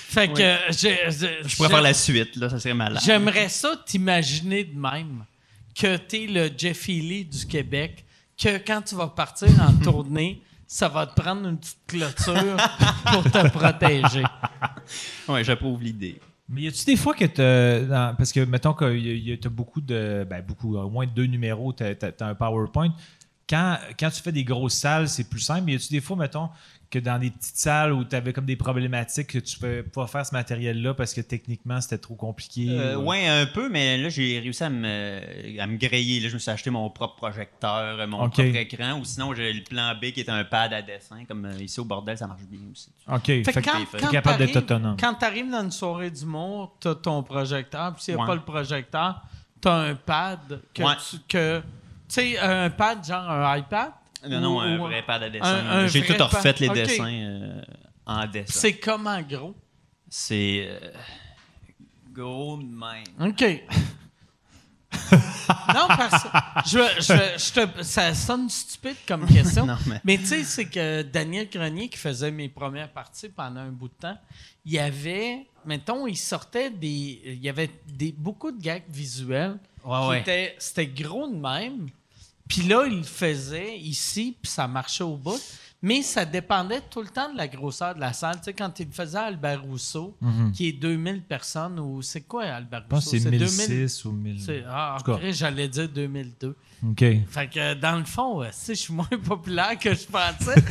Fait que Je pourrais faire la suite, là, ça serait malade. j'aimerais ça t'imaginer de même, que t'es le Jeff Healey du Québec, que quand tu vas partir en tournée, ça va te prendre une petite clôture pour te protéger. Ouais, j'approuve l'idée. Mais y a-tu des fois que parce que, mettons que t'as beaucoup de... Ben, beaucoup, au moins 2 numéros, t'as un PowerPoint. Quand tu fais des grosses salles, c'est plus simple. Mais y a-tu des fois, mettons, que dans des petites salles où t'avais comme des problématiques que tu peux pas faire ce matériel-là parce que techniquement, c'était trop compliqué? Ouais, un peu, mais là, j'ai réussi à me griller. Là, je me suis acheté mon propre projecteur, mon OK. propre écran. Ou sinon, j'ai le plan B qui est un pad à dessin. Comme ici au bordel, ça marche bien aussi. OK. Fait que Fait quand t'es capable d'être t'arrives- autonome. Quand tu arrives dans une soirée d'humour, tu as ton projecteur, puis s'il n'y a Ouais. pas le projecteur, tu as un pad que Ouais. tu sais, un pad genre un iPad. Non, un Ou- vrai pad à dessin. un J'ai vrai tout refait pad. les OK. dessins en dessin. C'est comment gros? C'est gros de même. OK. Non, parce que ça sonne stupide comme question. Non, mais- Mais tu sais, c'est que Daniel Grenier, qui faisait mes premières parties pendant un bout de temps, il y avait, mettons, il sortait il y avait beaucoup de gags visuels. C'était gros de même. Puis là, il le faisait ici, puis ça marchait au bout. Mais ça dépendait tout le temps de la grosseur de la salle. Tu sais, quand il le faisait à Albert Rousseau, qui est 2000 personnes, ou c'est quoi Albert Je pense Rousseau? que c'est 2000. 1006 ou 1000. Ah, En tout cas. après, j'allais dire 2002. OK. Fait que dans le fond, tu sais, je suis moins populaire que je pensais.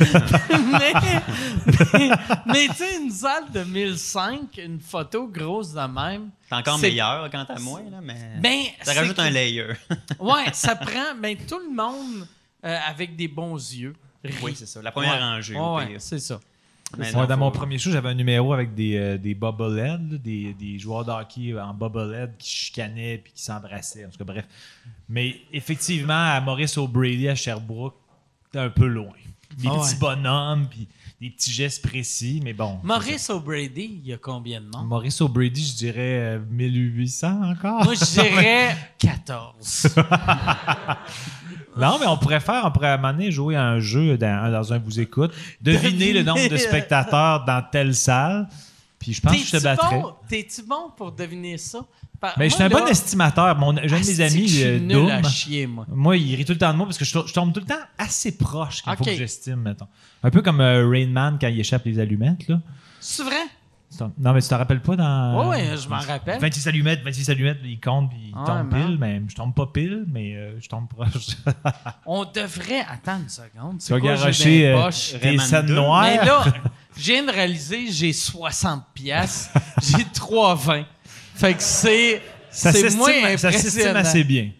mais tu sais, une salle de 1005, une photo grosse de même. C'est encore c'est- meilleur quant à moi, là, mais Ben, ça c'est rajoute que- un layer. Ouais, ça prend. Ben, tout le monde avec des bons yeux rit. Oui, c'est ça. La première Ouais. rangée. Ouais, au ouais, pire. c'est ça. Mais Moi, non, dans mon faut- premier show, j'avais un numéro avec des bobbleheads, là, des joueurs de hockey en bobblehead qui chicanaient puis qui s'embrassaient. En tout cas, bref. Mais effectivement, à Maurice O'Brady, à Sherbrooke, c'était un peu loin. Des Ah petits ouais. bonhommes puis des petits gestes précis, mais bon. Maurice O'Brady, il y a combien de monde? Maurice O'Brady, je dirais 1800 encore. Moi, je dirais 14. Non, mais on pourrait à un moment donné jouer à un jeu dans un vous écoute, deviner le nombre de spectateurs dans telle salle, puis je pense que je te battrais. T'es-tu bon pour deviner ça? Mais je suis un bon estimateur. J'ai un de mes amis, je suis nul Doom. à chier, moi. Moi, il rit tout le temps de moi parce que je tombe tout le temps assez proche quand il faut Ok. que j'estime, mettons. Un peu comme Rain Man quand il échappe les allumettes, là. C'est vrai? Non, mais tu t'en rappelles pas dans... Oui, je m'en rappelle. 26 allumettes, il compte, puis il Ouais, tombe man. pile. Mais je tombe pas pile, mais je tombe proche. On devrait... Attends une seconde. Tu vas C'est quoi, j'ai garocher dans les poches? tes Rayman scènes 2. noires. Mais là, je viens de réaliser, j'ai 60 piastres. J'ai 3,20. Fait que c'est moins ça s'estime impressionnant. assez bien.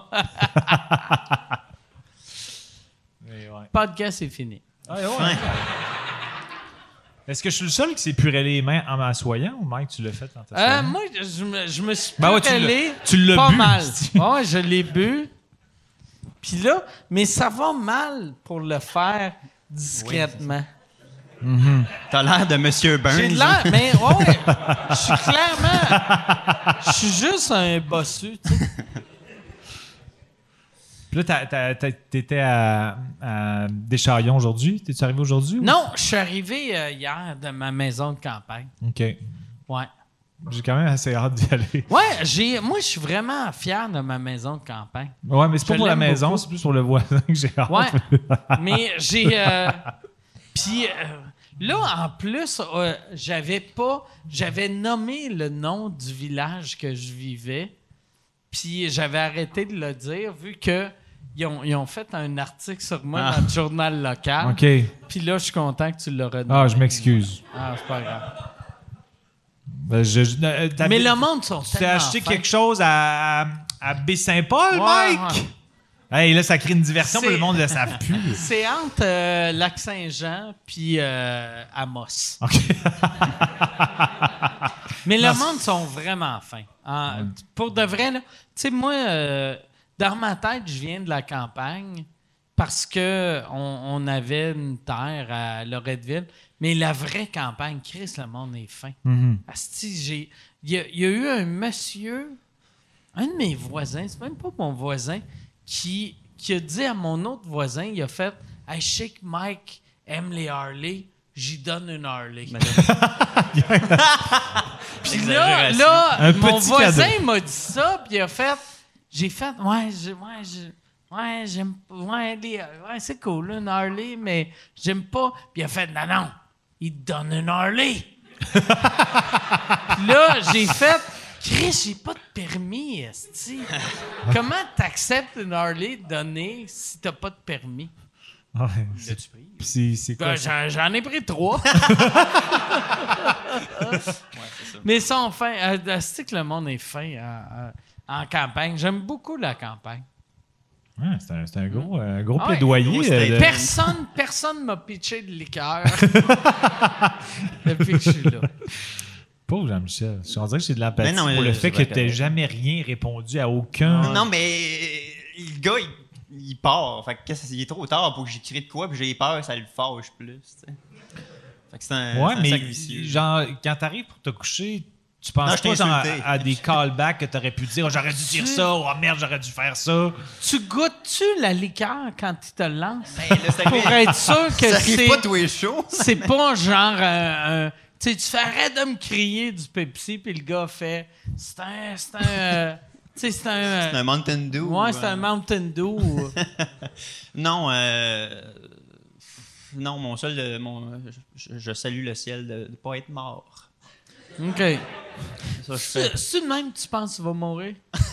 Mais ouais. Podcast est fini. Ouais. Est-ce que je suis le seul qui s'est puré les mains en m'assoyant ou Mike, tu l'as fait dans ta soirée? Moi, je me suis Ben ouais, allé tu l'as pas bu, mal. c'est-tu? Ouais, je l'ai bu. Puis là, mais ça va mal pour le faire discrètement. T'as l'air de Monsieur Burns. J'ai de l'air, mais ouais, je suis clairement... Je suis juste un bossu, tu sais. Puis là, t'étais à Descharillons aujourd'hui? T'es-tu arrivé aujourd'hui? ou- Non, je suis arrivé hier de ma maison de campagne. OK. Ouais. J'ai quand même assez hâte d'y aller. Ouais, moi, je suis vraiment fier de ma maison de campagne. Ouais, mais c'est pas Je pour la l'aime maison, beaucoup. c'est plus pour le voisin que j'ai hâte. Ouais. Mais j'ai. Puis là, en plus, j'avais nommé le nom du village que je vivais. Puis j'avais arrêté de le dire vu que ils ont fait un article sur moi dans le journal local. OK. Puis là, je suis content que tu l'auras nommé. Ah, je m'excuse. Ah, c'est pas grave. Ben, Mais le monde sont Tu t'es tellement acheté fins. quelque chose à Baie-Saint-Paul, Ouais, Mike? ouais. Hey, là, ça crée une diversion, C'est- mais le monde ne le savent plus. C'est entre Lac-Saint-Jean puis Amos. OK. Mais Non, le monde sont vraiment fins. Pour de vrai, là, tu sais, moi, dans ma tête, je viens de la campagne parce que on avait une terre à Loretteville. Mais la vraie campagne, Chris, le monde est fin. Asti, il y a eu un monsieur, un de mes voisins, c'est même pas mon voisin, qui a dit à mon autre voisin, il a fait « Hey, je sais que Mike aime les Harley, j'y donne une Harley. Puis Exagération. là, Un mon petit voisin cadeau. m'a dit ça, puis il a fait, j'aime pas, c'est cool, une Harley, mais j'aime pas. Puis il a fait, non, il te donne une Harley. Puis là, j'ai fait, Chris, j'ai pas de permis, esti. Comment t'acceptes une Harley donnée si t'as pas de permis? Ouais, c'est quoi? Ben, ça? j'en ai pris 3. Mais ça, enfin, c'est que le monde est fin en campagne. J'aime beaucoup la campagne. Ouais, c'est un gros, gros Ah ouais, plaidoyer. gros statement. Personne m'a pitché de liqueur depuis que je suis là. Pauvre Jean-Michel. On dirait que j'ai de l'empathie Mais non, pour le c'est fait que bien tu correct. jamais rien répondu à aucun. Non, mais le gars, il part. Fait que il est trop tard pour que j'écris de quoi, puis j'ai peur, ça le fâche plus. T'sais. Fait que c'est un, Ouais, c'est un mais sac vicieux. genre, quand t'arrives pour te coucher, tu penses Non, je t'ai pas genre, insulté. à des callbacks que t'aurais pu dire, oh, j'aurais dû dire ça, oh merde, j'aurais dû faire ça. Tu goûtes-tu la liqueur quand il te lance? Ben, là, ça Pour arrive- être sûr que ça arrive c'est... pas tous les shows. C'est pas genre tu sais, tu fais arrête de me crier du Pepsi, puis le gars fait c'est un tu sais, c'est un C'est un Mountain Dew. ouais, c'est un Mountain Dew. Non, non, mon seul, je salue le ciel de ne pas être mort. OK. Ça, je fais. C'est de même que tu penses qu'il va mourir?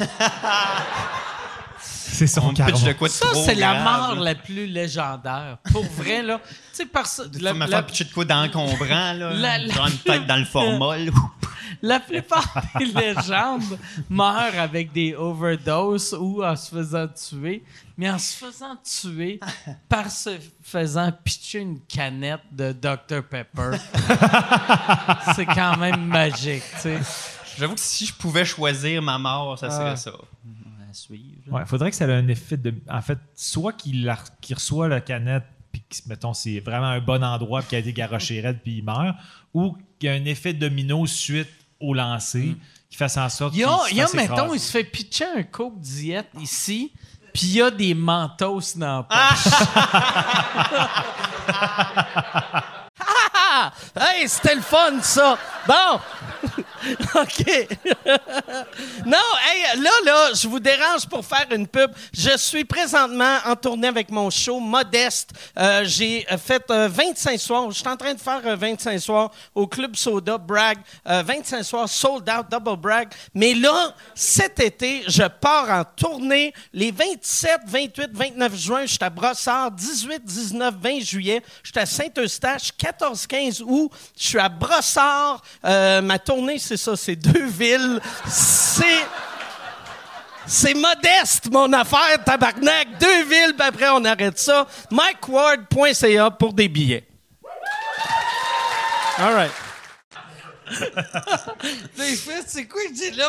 C'est son On me pitch karma. de quoi de Ça, trop c'est la grave, mort là. la plus légendaire. Pour vrai, là. Tu sais, Tu vas me faire pitcher de quoi d'encombrant, là. La- Genre une tête dans le formol. la plupart des légendes meurent avec des overdoses ou en se faisant tuer. Mais en se faisant tuer par se faisant pitcher une canette de Dr Pepper. C'est quand même magique, tu sais. J'avoue que si je pouvais choisir ma mort, ça serait ça. À suivre. Ouais, faudrait que ça ait un effet de. En fait, soit qu'il reçoit la canette, puis que, mettons, c'est vraiment un bon endroit, puis qu'il a été garoché raide, puis il meurt, ou qu'il y a un effet domino suite au lancer, qui fasse en sorte Il y a, mettons, mettons, il se fait pitcher un Coke Diet ici, puis il y a des mentos dans la poche. Hey, c'était le fun, ça! Bon! OK. Non, hey, là, je vous dérange pour faire une pub. Je suis présentement en tournée avec mon show Modeste. J'ai fait 25 soirs. Je suis en train de faire 25 soirs au Club Soda, Bragg. 25 soirs, sold out, double Bragg. Mais là, cet été, je pars en tournée les 27, 28, 29 juin. Je suis à Brossard. 18, 19, 20 juillet. Je suis à Saint-Eustache. 14, 15 août. Je suis à Brossard. Ma tournée, c'est ça, c'est 2 villes. C'est modeste, mon affaire, tabarnak. 2 villes, puis après, on arrête ça. MikeWard.ca pour des billets. All right. C'est quoi que j'ai là?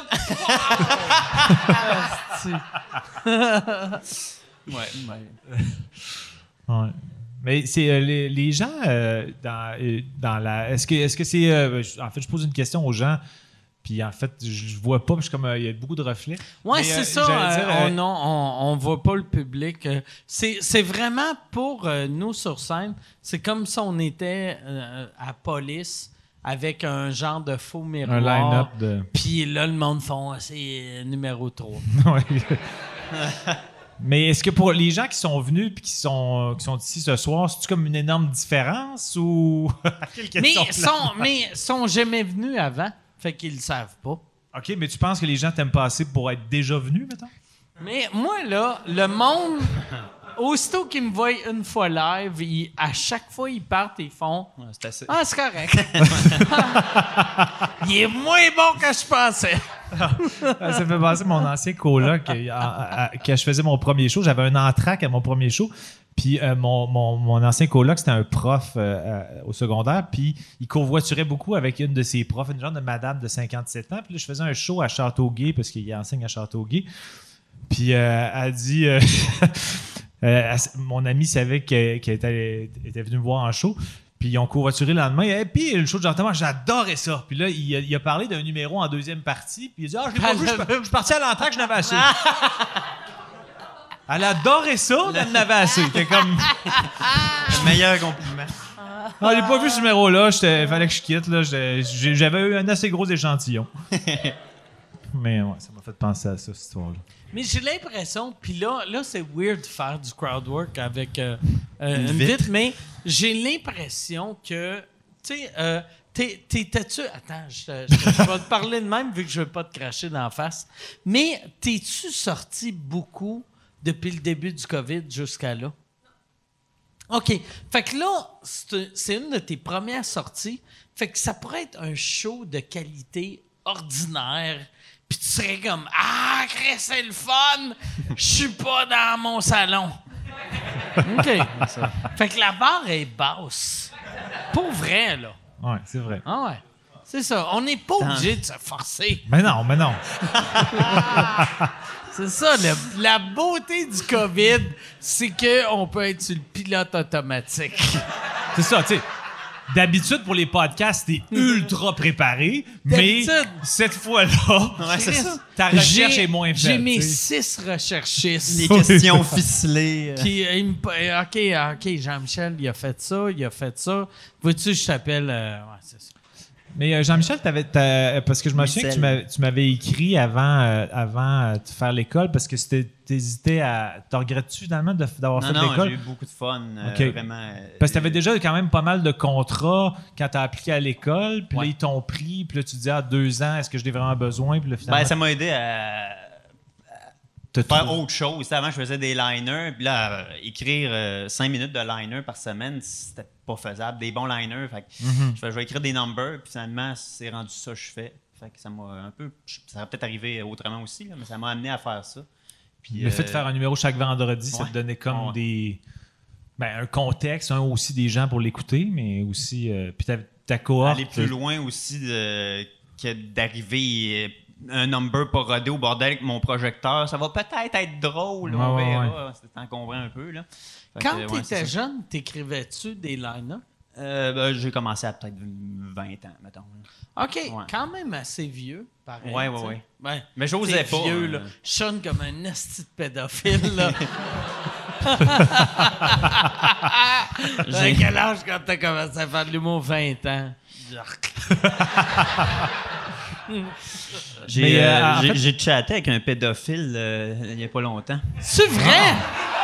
Ouais. Mais c'est les gens dans la. Est-ce que c'est. En fait, je pose une question aux gens, puis en fait, je vois pas, puis je suis comme. Il y a beaucoup de reflets. Oui, Mais, c'est ça. j'allais dire, On voit pas le public. C'est vraiment pour nous sur scène. C'est comme si on était à police avec un genre de faux miroir. un line-up de. Puis là, le monde font c'est numéro 3. Ouais. Mais est-ce que pour les gens qui sont venus puis qui sont ici ce soir, c'est-tu comme une énorme différence ou. Quelle Mais question ils sont jamais venus avant. Fait qu'ils le savent pas. OK, mais tu penses que les gens t'aiment pas assez pour être déjà venus, mettons? Mais moi, là, le monde, aussitôt qu'ils me voient une fois live, à chaque fois, ils partent et ils font Ouais, c'est assez. Ah, c'est correct. Il est moins bon que je pensais. Ça me fait penser à mon ancien coloc quand je faisais mon premier show. J'avais un entraque à mon premier show. Puis mon ancien coloc, c'était un prof au secondaire. Puis il covoiturait beaucoup avec une de ses profs, une genre de madame de 57 ans. Puis là, je faisais un show à Châteauguay parce qu'il enseigne à Châteauguay. Puis elle dit... mon ami savait qu'elle était venue me voir en show. Puis ils ont covoituré le lendemain. Et puis le show de Jean-Thomas, j'adorais ça. Puis là, il a parlé d'un numéro en deuxième partie. Puis il a dit je l'ai pas vu, je suis parti à l'entraque, je n'avais assez. Elle adorait ça, mais elle n'avait assez. C'était comme. Le meilleur compliment. Non, j'ai pas vu ce numéro-là. Fallait que je quitte. Là. J'avais eu un assez gros échantillon. Mais ouais, ça m'a fait penser à ça, cette histoire-là. Mais j'ai l'impression, puis là c'est weird de faire du crowd work avec une vitre, mais j'ai l'impression que, tu sais, t'étais-tu... Attends, je vais te parler de même vu que je veux pas te cracher d'en face. Mais t'es-tu sorti beaucoup depuis le début du COVID jusqu'à là? OK. Fait que là, c'est une de tes premières sorties. Fait que ça pourrait être un show de qualité ordinaire. Puis tu serais comme « Ah, Chris, c'est le fun! Je suis pas dans mon salon. » OK. Fait que la barre est basse. Pour vrai, là. Ouais, c'est vrai. Ah ouais. C'est ça. On n'est pas obligé de se forcer. Mais non. C'est ça. La beauté du COVID, c'est qu'on peut être sur le pilote automatique. C'est ça, tu sais. D'habitude, pour les podcasts, t'es ultra préparé, mais cette fois-là, c'est ça. Ta recherche est moins faite. J'ai mes 6 recherchistes. Les questions ficelées. OK, Jean-Michel, il a fait ça. Veux-tu que je t'appelle? Ouais, c'est ça. Mais Jean-Michel, parce que je me souviens que tu m'avais écrit avant de faire l'école, parce que t'hésitais à... T'en regrettes-tu finalement d'avoir fait l'école? Non, j'ai eu beaucoup de fun, vraiment. Parce que t'avais déjà quand même pas mal de contrats quand t'as appliqué à l'école, puis là, ils t'ont pris, puis là, tu te dis, 2 ans, est-ce que je l'ai vraiment besoin? Puis là, finalement... ça m'a aidé à faire autre chose. Avant, je faisais des liners, puis là, écrire 5 minutes de liner par semaine, c'était pas faisable. Des bons liners. Fait que je vais écrire des numbers, puis finalement, c'est rendu ça que je fais. Fait que ça m'a un peu... Ça va peut-être arriver autrement aussi, là, mais ça m'a amené à faire ça. Puis, le fait de faire un numéro chaque vendredi, ça te donnait comme un contexte, aussi des gens pour l'écouter, mais aussi... puis ta cohorte... Aller plus loin aussi que d'arriver... un number pas rodé au bordel avec mon projecteur. Ça va peut-être être drôle, on verra. C'est encombré un peu. Là. Quand tu étais jeune, t'écrivais-tu des liners? J'ai commencé à peut-être 20 ans, mettons. OK, quand même assez vieux, pareil. Oui. Ouais. Mais j'osais pas. Vieux, là. Je sonne comme un esti de pédophile, là. J'ai quel âge quand t'as commencé à faire de l'humour? 20 ans. J'ai chatté avec un pédophile il y a pas longtemps. C'est vrai?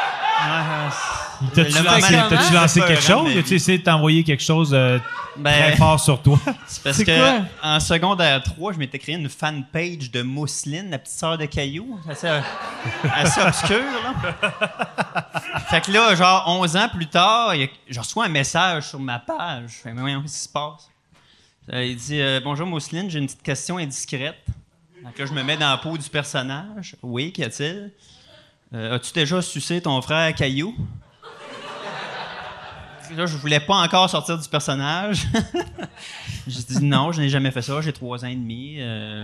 T'as-tu lancé quelque chose? As-tu essayé de t'envoyer quelque chose très fort sur toi? C'est parce que en secondaire 3, je m'étais créé une fanpage de Mousseline, la petite sœur de Caillou. Assez obscure, là. Fait que là, genre 11 ans plus tard, je reçois un message sur ma page. Je fais, mais voyons, qu'est-ce qui se passe? Il dit « Bonjour Mousseline, j'ai une petite question indiscrète. » Donc là, je me mets dans la peau du personnage. « Oui, qu'y a-t-il? As-tu déjà sucé ton frère Caillou? » Là, je voulais pas encore sortir du personnage. J'ai dit « Non, je n'ai jamais fait ça, j'ai 3 ans et demi. Blablabla. »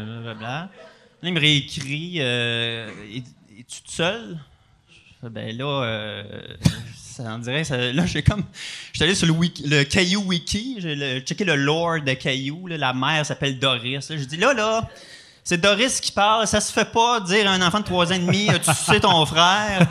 Là, il me réécrit « Es-tu tout seul? » Ben là... on dirait, là, j'étais allé sur le Caillou Wiki, j'ai checké le lore de Caillou, là, la mère s'appelle Doris. J'ai dit, là, c'est Doris qui parle, ça se fait pas dire à un enfant de 3 ans et demi, tu sais ton frère.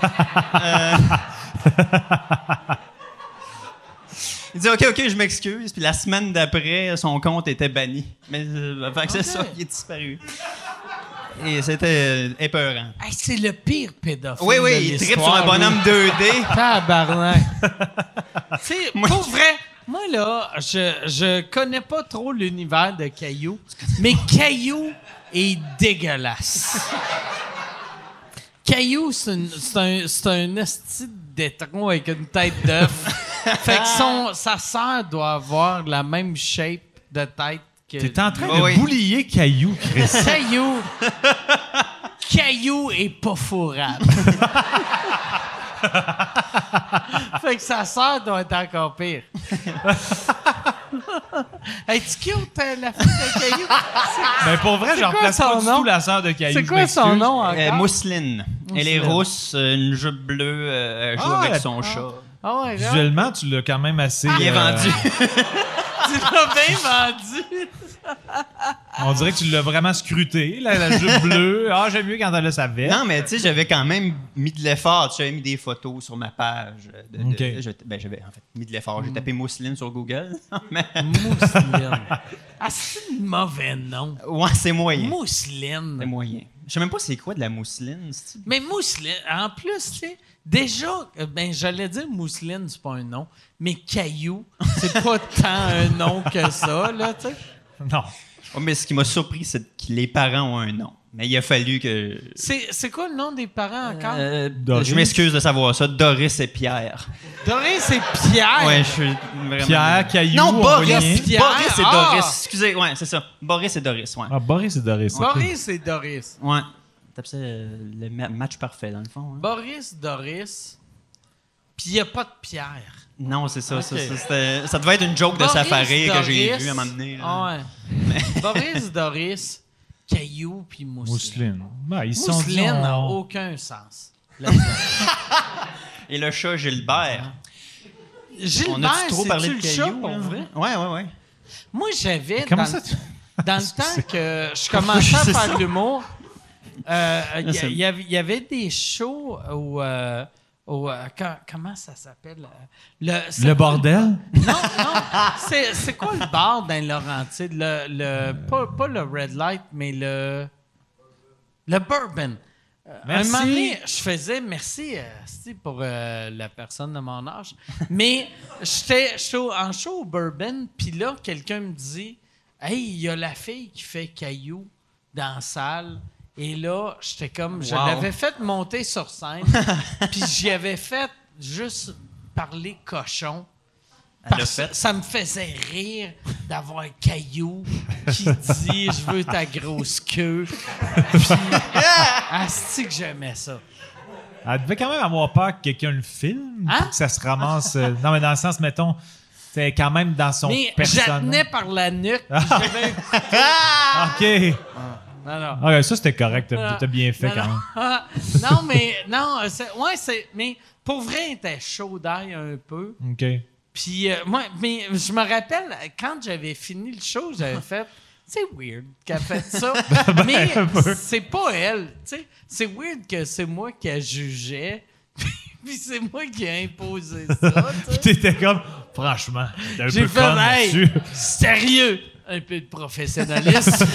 Il dit, OK, je m'excuse. Puis la semaine d'après, son compte était banni. Mais c'est ça, il est disparu. Et c'était épeurant. Hey, c'est le pire pédophile. Oui, il tripe sur un bonhomme 2D. Tabarnak. Tu sais, pour vrai, moi, là, je connais pas trop l'univers de Caillou, mais Caillou est dégueulasse. Caillou, c'est un esti d'étron avec une tête d'œuf. Fait que sa sœur doit avoir la même shape de tête. T'es en train de boulier Caillou, Chris. Caillou est pas fourrable. Fait que sa sœur doit être encore pire. Es-tu cute, la fille de Caillou? Mais pour vrai, j'en place pas du tout la sœur de Caillou. C'est quoi son nom encore? Mousseline. Elle est rousse, une jupe bleue, elle joue avec son chat. Visuellement, tu l'as quand même assez... Il est vendu. Tu l'as bien vendu. On dirait que tu l'as vraiment scruté, la jupe bleue. Ah, j'aime mieux quand elle a sa veste. Non, mais tu sais, j'avais quand même mis de l'effort. J'avais mis des photos sur ma page. J'avais en fait mis de l'effort. J'ai tapé mousseline sur Google. Mais... Mousseline. Ah, c'est un mauvais nom. Ouais, c'est moyen. Mousseline. C'est moyen. Je sais même pas c'est quoi de la mousseline. Mais mousseline, en plus, tu sais, déjà, ben j'allais dire mousseline, c'est pas un nom, mais caillou, c'est pas tant un nom que ça, là, tu sais. Non. Oh, mais ce qui m'a surpris, c'est que les parents ont un nom. Mais il a fallu que... C'est quoi le nom des parents encore? Doris. Je m'excuse de savoir ça. Doris et Pierre. Doris et Pierre. Ouais, je suis vraiment... Pierre, Caillou, Non, Boris. Pierre. Boris et Ah! Doris. Excusez, ouais, c'est ça. Boris et Doris, ouais. Ah, Boris et Doris. Boris et Doris. Ouais. Tape ça, le match parfait, dans le fond. Hein. Boris, Doris, puis il n'y a pas de Pierre. Non, c'est ça. Ok. Ça devait être une joke de Boris, Safari que j'ai Doris. vu à un moment donné. là. Ah ouais. Boris, Doris, Caillou, puis Mousseline. Mousseline. Ben, ils sont dit, Mousseline n'a on- aucun sens. là-dedans. Et le chat Gilbert. Gilbert, On a-tu trop parlé c'est-tu de le chat, Caillou? pour là? vrai? Ouais. Moi, j'avais, Comment dans, ça, tu- dans le temps que je commençais à C'est faire ça. de l'humour, c'est- il y avait des shows comment ça s'appelle? Le bordel? Non. C'est quoi le bar dans Laurentides? Pas le Red Light, mais le Bourbon. Un Merci. moment donné, je faisais merci Steve, pour la personne de mon âge, mais j'étais en show au Bourbon, puis là, quelqu'un me dit « Hey, il y a la fille qui fait Caillou dans la salle. » Et là, j'étais comme... Je Wow. l'avais fait monter sur scène, puis j'y avais fait juste parler cochon. Elle l'a Parce que fait. ça me faisait rire d'avoir un Caillou qui dit « Je veux ta grosse queue. » Puis, asti que j'aimais ça. Elle devait quand même avoir peur que quelqu'un le filme, Hein? pour que ça se ramasse. Non, mais dans le sens, mettons, c'est quand même dans son Mais je la personnage. tenais par la nuque. puis j'avais un coup- OK. Non. Ah, ça, c'était correct. T'as bien fait quand même. Mais pour vrai, elle était chaud d'ail un peu. OK. Puis mais je me rappelle, quand j'avais fini le show, j'avais fait... C'est weird qu'elle fait ça. Mais c'est pas elle. Tu sais, c'est weird que c'est moi qui la jugeais. Puis c'est moi qui ai imposé ça. tu sais. T'étais comme, franchement, t'es un J'ai peu fait, con hey, là-dessus. sérieux, un peu de professionnalisme.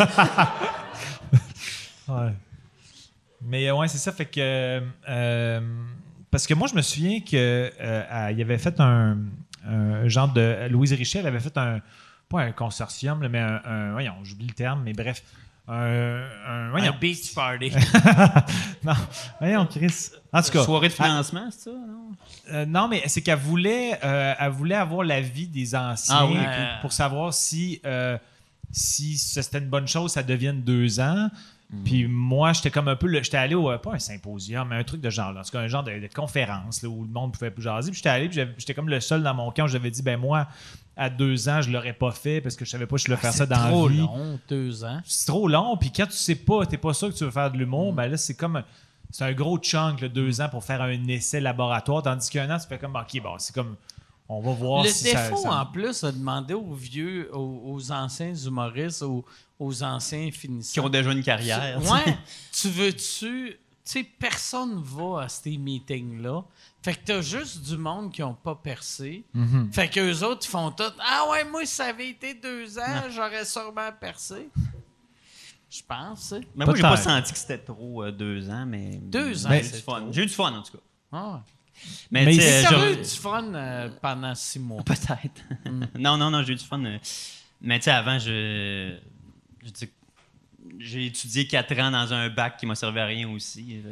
Ouais. Mais ouais, c'est ça. Fait que. Parce que moi, je me souviens que il avait fait un genre de. Louise Richet, elle avait fait un. Pas un consortium, là, mais voyons, j'oublie le terme, mais bref. Voyons. Un beach party. Non, voyons, Chris. En tout cas. Soirée de financement, c'est ça? Non? Non, mais c'est qu'elle voulait avoir l'avis des anciens Ah oui, pour savoir si c'était une bonne chose, ça devienne 2 ans. Puis moi, j'étais comme un peu... J'étais allé au... Pas un symposium, mais un truc de genre. Là, en tout cas, un genre de conférence là, où le monde pouvait plus jaser. Puis j'étais allé, puis j'étais comme le seul dans mon camp où j'avais dit, ben moi, à 2 ans, je l'aurais pas fait parce que je savais pas si je voulais faire ça dans trop la vie. long, 2 ans. C'est trop long. Puis quand tu sais pas, t'es pas sûr que tu veux faire de l'humour, ben là, c'est comme... C'est un gros chunk, là, 2 ans pour faire un essai laboratoire. Tandis qu'un an, tu fais comme, OK, bon, c'est comme... On va voir Le si défaut, ça... en plus, de demander aux anciens humoristes, aux anciens finissants. Qui ont déjà une carrière. Ouais, tu veux-tu... Tu sais, personne va à ces meetings-là. Fait que t'as juste du monde qui n'ont pas percé. Fait qu'eux autres, ils font tout « Ah ouais, moi, si ça avait été 2 ans, j'aurais sûrement percé. » Je pense, tu sais. Mais moi, j'ai pas Peut-être. senti que c'était trop 2 ans, mais... 2 ans, J'ai eu c'est du fun. trop. J'ai eu du fun, en tout cas. Ah ouais. Mais, Mais tu sais, T'as j'aurais- eu du fun pendant 6 mois. Peut-être. Non, j'ai eu du fun. Mais tu sais, avant, j'ai étudié 4 ans dans un bac qui m'a servi à rien aussi.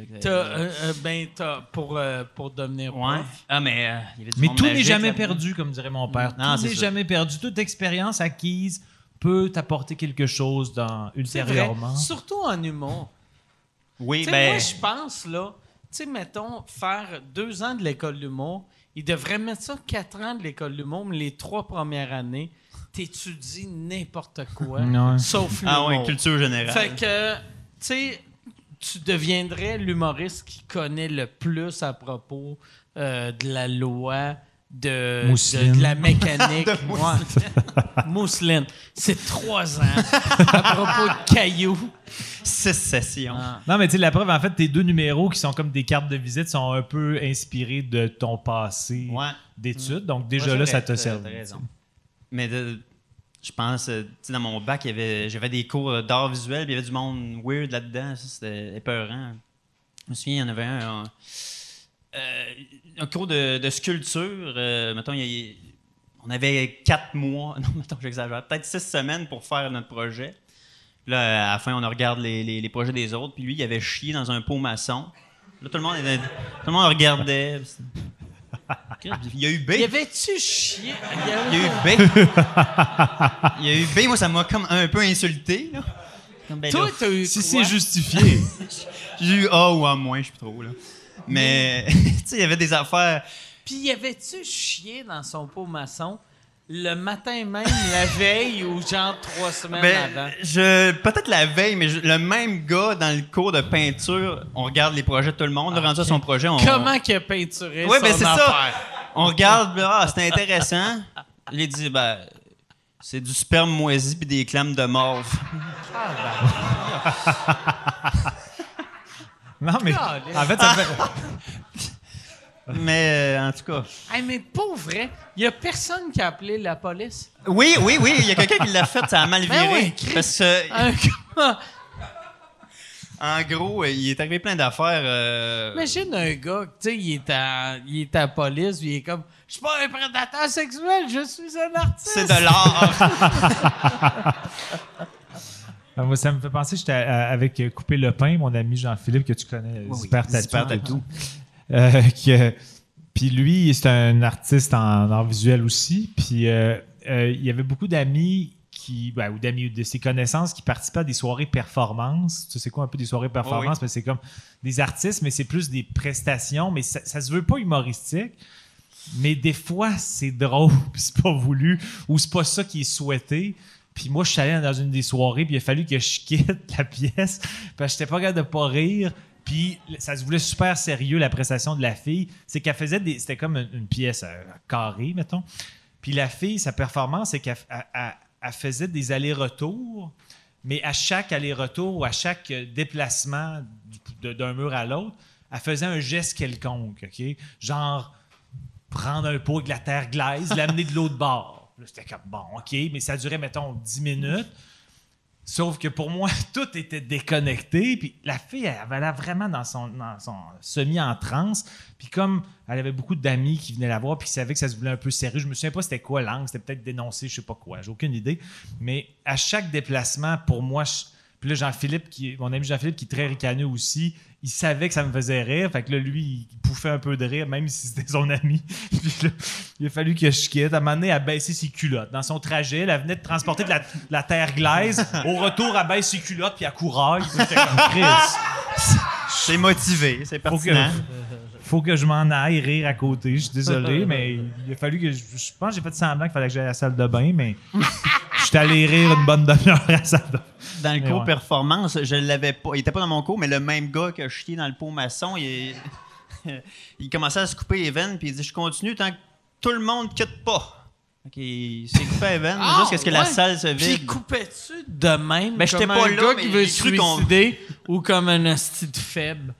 Pour devenir Ouais. prof. Ah, mais il y avait du Mais monde tout n'est magique jamais là-dedans. perdu, comme dirait mon père. Non, Tout c'est n'est ça. jamais perdu. Toute expérience acquise peut t'apporter quelque chose C'est vrai. ultérieurement. Surtout en humour. Oui, Tu sais, ben... moi, je pense, là, tu sais, mettons, faire 2 ans de l'école d'humour, ils devraient mettre ça 4 ans de l'école d'humour, mais les 3 premières années, t'étudies n'importe quoi, Ouais. sauf l'humour. Ah ouais, culture générale. Fait que, tu sais, tu deviendrais l'humoriste qui connaît le plus à propos de la loi Mousseline. de la mécanique. Ouais. Mousseline. C'est 3 ans à propos de cailloux. 6 sessions. Non, mais tu sais, la preuve, en fait, tes 2 numéros qui sont comme des cartes de visite sont un peu inspirés de ton passé d'études. Donc, déjà là, ça t'a servi. T'as raison. Mais je pense, tu sais, dans mon bac, j'avais des cours d'art visuel, puis il y avait du monde weird là-dedans. Ça, c'était épeurant. Je me souviens, il y en avait un cours de sculpture. Mettons, on avait 4 mois, non, mettons, j'exagère, peut-être 6 semaines pour faire notre projet. Là, à la fin, on regarde les projets des autres. Puis lui, il avait chié dans un pot maçon. Là, tout le monde regardait. Il y a eu B. Y avait-tu chié? Il y a eu B. Il y a eu B. Moi, ça m'a comme un peu insulté. Là. Comme, ben, Toi, là, t'as eu Si quoi? c'est justifié. j'ai eu A ou A-, je suis plus trop. Là. Mais, tu sais, il y avait des affaires. Puis y avait-tu chié dans son pot maçon le matin même, la veille ou genre 3 semaines avant? Peut-être la veille, mais le même gars dans le cours de peinture, on regarde les projets de tout le monde. Là, rendu à son projet, Comment qu'il a peinturé Ouais, son ben c'est affaire? ça. On regarde, c'est intéressant. Il dit, c'est du sperme moisi puis des clames de morve. Non, mais en fait, ça fait... Mais en tout cas. Hey, mais pas vrai, il y a personne qui a appelé la police. Oui, il y a quelqu'un qui l'a fait, ça a mal viré. Ben oui, Christ. Parce que, Un gars- en gros, il est arrivé plein d'affaires. Imagine un gars, tu sais, il est à la police, puis il est comme, je suis pas un prédateur sexuel, je suis un artiste. C'est de l'art. Moi, ça me fait penser, j'étais avec Couper le pain, mon ami Jean-Philippe, que tu connais, Super Tattoo. Puis lui, c'est un artiste en art visuel aussi. Puis il y avait beaucoup d'amis ou de ses connaissances qui participaient à des soirées performances. Tu sais quoi un peu des soirées performances? Oui. C'est comme des artistes, mais c'est plus des prestations, mais ça se veut pas humoristique. Mais des fois, c'est drôle, puis c'est pas voulu, ou c'est pas ça qui est souhaité. Puis moi, je suis allé dans une des soirées, puis il a fallu que je quitte la pièce, parce que j'étais pas capable de pas rire. Puis ça se voulait super sérieux, la prestation de la fille. C'est qu'elle faisait c'était comme une pièce carrée, mettons. Puis la fille, sa performance, c'est qu'elle faisait des allers-retours, mais à chaque aller-retour ou à chaque déplacement d'un mur à l'autre, elle faisait un geste quelconque, OK? Genre, prendre un pot avec la terre glaise, l'amener de l'autre bord. Là, c'était comme, bon, OK, mais ça durait, mettons, 10 minutes. Sauf que pour moi, tout était déconnecté. Puis la fille, elle avait l'air vraiment dans son semi-en-transe. Puis comme elle avait beaucoup d'amis qui venaient la voir puis qui savaient que ça se voulait un peu sérieux, je me souviens pas c'était quoi l'angle. C'était peut-être dénoncer, je sais pas quoi. J'ai aucune idée. Mais à chaque déplacement, pour moi... Puis là, mon ami Jean-Philippe, qui est très ricaneux aussi, il savait que ça me faisait rire. Fait que là, lui, il pouffait un peu de rire, même si c'était son ami. Puis là, il a fallu que je quitte. À un moment donné, elle a baissé ses culottes. Dans son trajet, elle venait de transporter de la terre glaise. Au retour, elle baisse ses culottes, puis elle couraille. J'étais comme Chris. C'est motivé, c'est pertinent. Faut que je m'en aille rire à côté. Je suis désolé, mais il a fallu que... Je pense que j'ai fait semblant qu'il fallait que j'aille à la salle de bain, mais je suis allé rire une bonne demi-heure à la salle de bain. Dans le cours ouais. performance, je l'avais pas. Il était pas dans mon cours, mais le même gars qui a chié dans le pot maçon, il commençait à se couper les veines, puis il dit, je continue tant que tout le monde quitte pas. Il s'est coupé les veines jusqu'à ce que la salle se vide. Puis coupais-tu de même Ben, comme j'étais un pas là, gars mais qui veut j'ai se cru qu'on- suicider ou comme un hostie de faible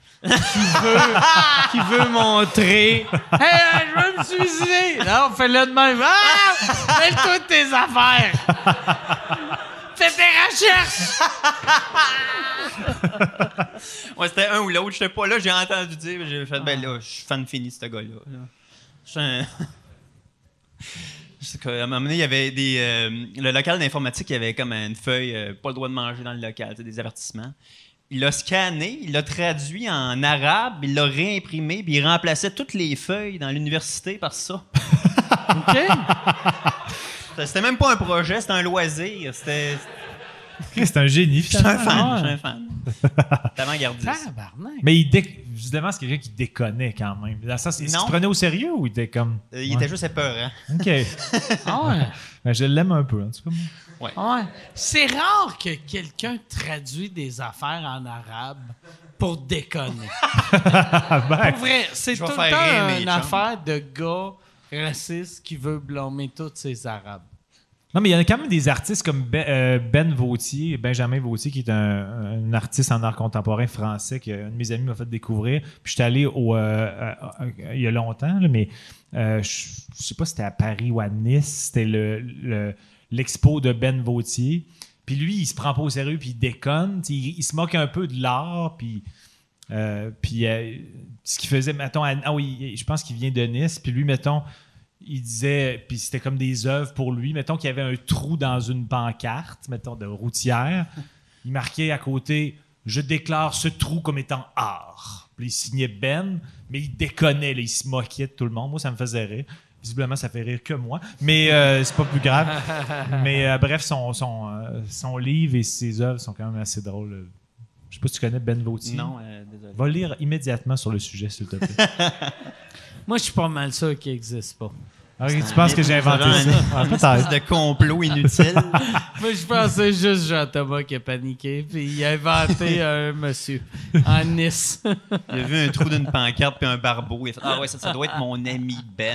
qui veut montrer « Hey, je veux me suicider! » Non, fais-le de même. « Ah! Mets-toi de tes affaires! Fais tes recherches! Ouais, c'était un ou l'autre. J'étais pas là, j'ai entendu dire. J'ai fait, ben là, je suis fan fini de ce gars-là. Là. Je suis un... Je sais qu'à un moment donné, il y avait le local d'informatique, il y avait comme une feuille, pas le droit de manger dans le local, des avertissements. Il l'a scanné, il l'a traduit en arabe, il l'a réimprimé, puis il remplaçait toutes les feuilles dans l'université par ça. OK? C'était même pas un projet, c'était un loisir. C'était... C'est un génie, Je suis un finalement. fan, Ouais. je suis un fan. T'es avant-gardiste. Tabarnak. Mais justement, c'est quelqu'un qui déconnait quand même. Dans ça, est-ce qu'il Non. se prenait au sérieux ou il était comme... Il était juste épeurant. OK. Ah ouais. Ben, je l'aime un peu, en tout cas. moi. Ouais. C'est rare que quelqu'un traduit des affaires en arabe pour déconner. Ben, Pour vrai, c'est Je tout vais le faire rire temps mes une chums. affaire de gars raciste qui veut blâmer tous ces Arabes. Non, mais il y en a quand même des artistes comme Ben Vautier, Benjamin Vautier, qui est un artiste en art contemporain français qu'un de mes amis m'a fait découvrir. Puis j'étais allé il y a longtemps, là, mais je sais pas si c'était à Paris ou à Nice. C'était l'expo de Ben Vautier. Puis lui, il se prend pas au sérieux, puis il déconne. Il se moque un peu de l'art, puis ce qu'il faisait, mettons... oui, je pense qu'il vient de Nice. Puis lui, mettons... Il disait, puis c'était comme des œuvres pour lui. Mettons qu'il y avait un trou dans une pancarte, mettons, de routière. Il marquait à côté « Je déclare ce trou comme étant art ». Puis il signait Ben, mais il déconnait, là, il se moquait de tout le monde. Moi, ça me faisait rire. Visiblement, ça fait rire que moi. Mais c'est pas plus grave. Mais bref, son livre et ses œuvres sont quand même assez drôles. Je sais pas si tu connais Ben Vautier. Non, désolé. Va lire immédiatement sur le sujet, s'il te plaît. Moi, je suis pas mal sûr qu'il n'existe pas. Tu penses que j'ai inventé ça? Une espèce de complot inutile. Moi, je pensais juste Jean-Thomas qui a paniqué, puis il a inventé un monsieur en Nice. Il a vu un trou d'une pancarte puis un barbeau. Il a fait « Ah ouais, ça doit être mon ami Ben. »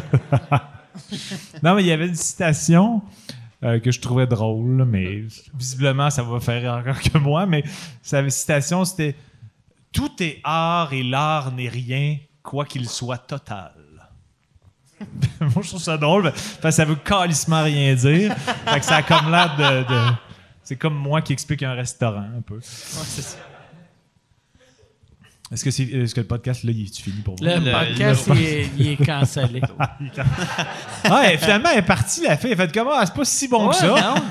Non, mais il y avait une citation que je trouvais drôle, là, mais visiblement, ça va faire rire encore que moi, mais sa citation, c'était « Tout est art et l'art n'est rien, quoi qu'il soit total. » Moi, je trouve ça drôle, parce que ça veut calissement rien dire. Fait que ça a comme l'air de... C'est comme moi qui explique un restaurant, un peu. Ouais, c'est ça. Est-ce que le podcast, là, il est fini pour vous? Le podcast, il est cancellé. Ouais, finalement, elle est partie, la fille. Elle a fait comment? C'est pas si bon que ça. Non.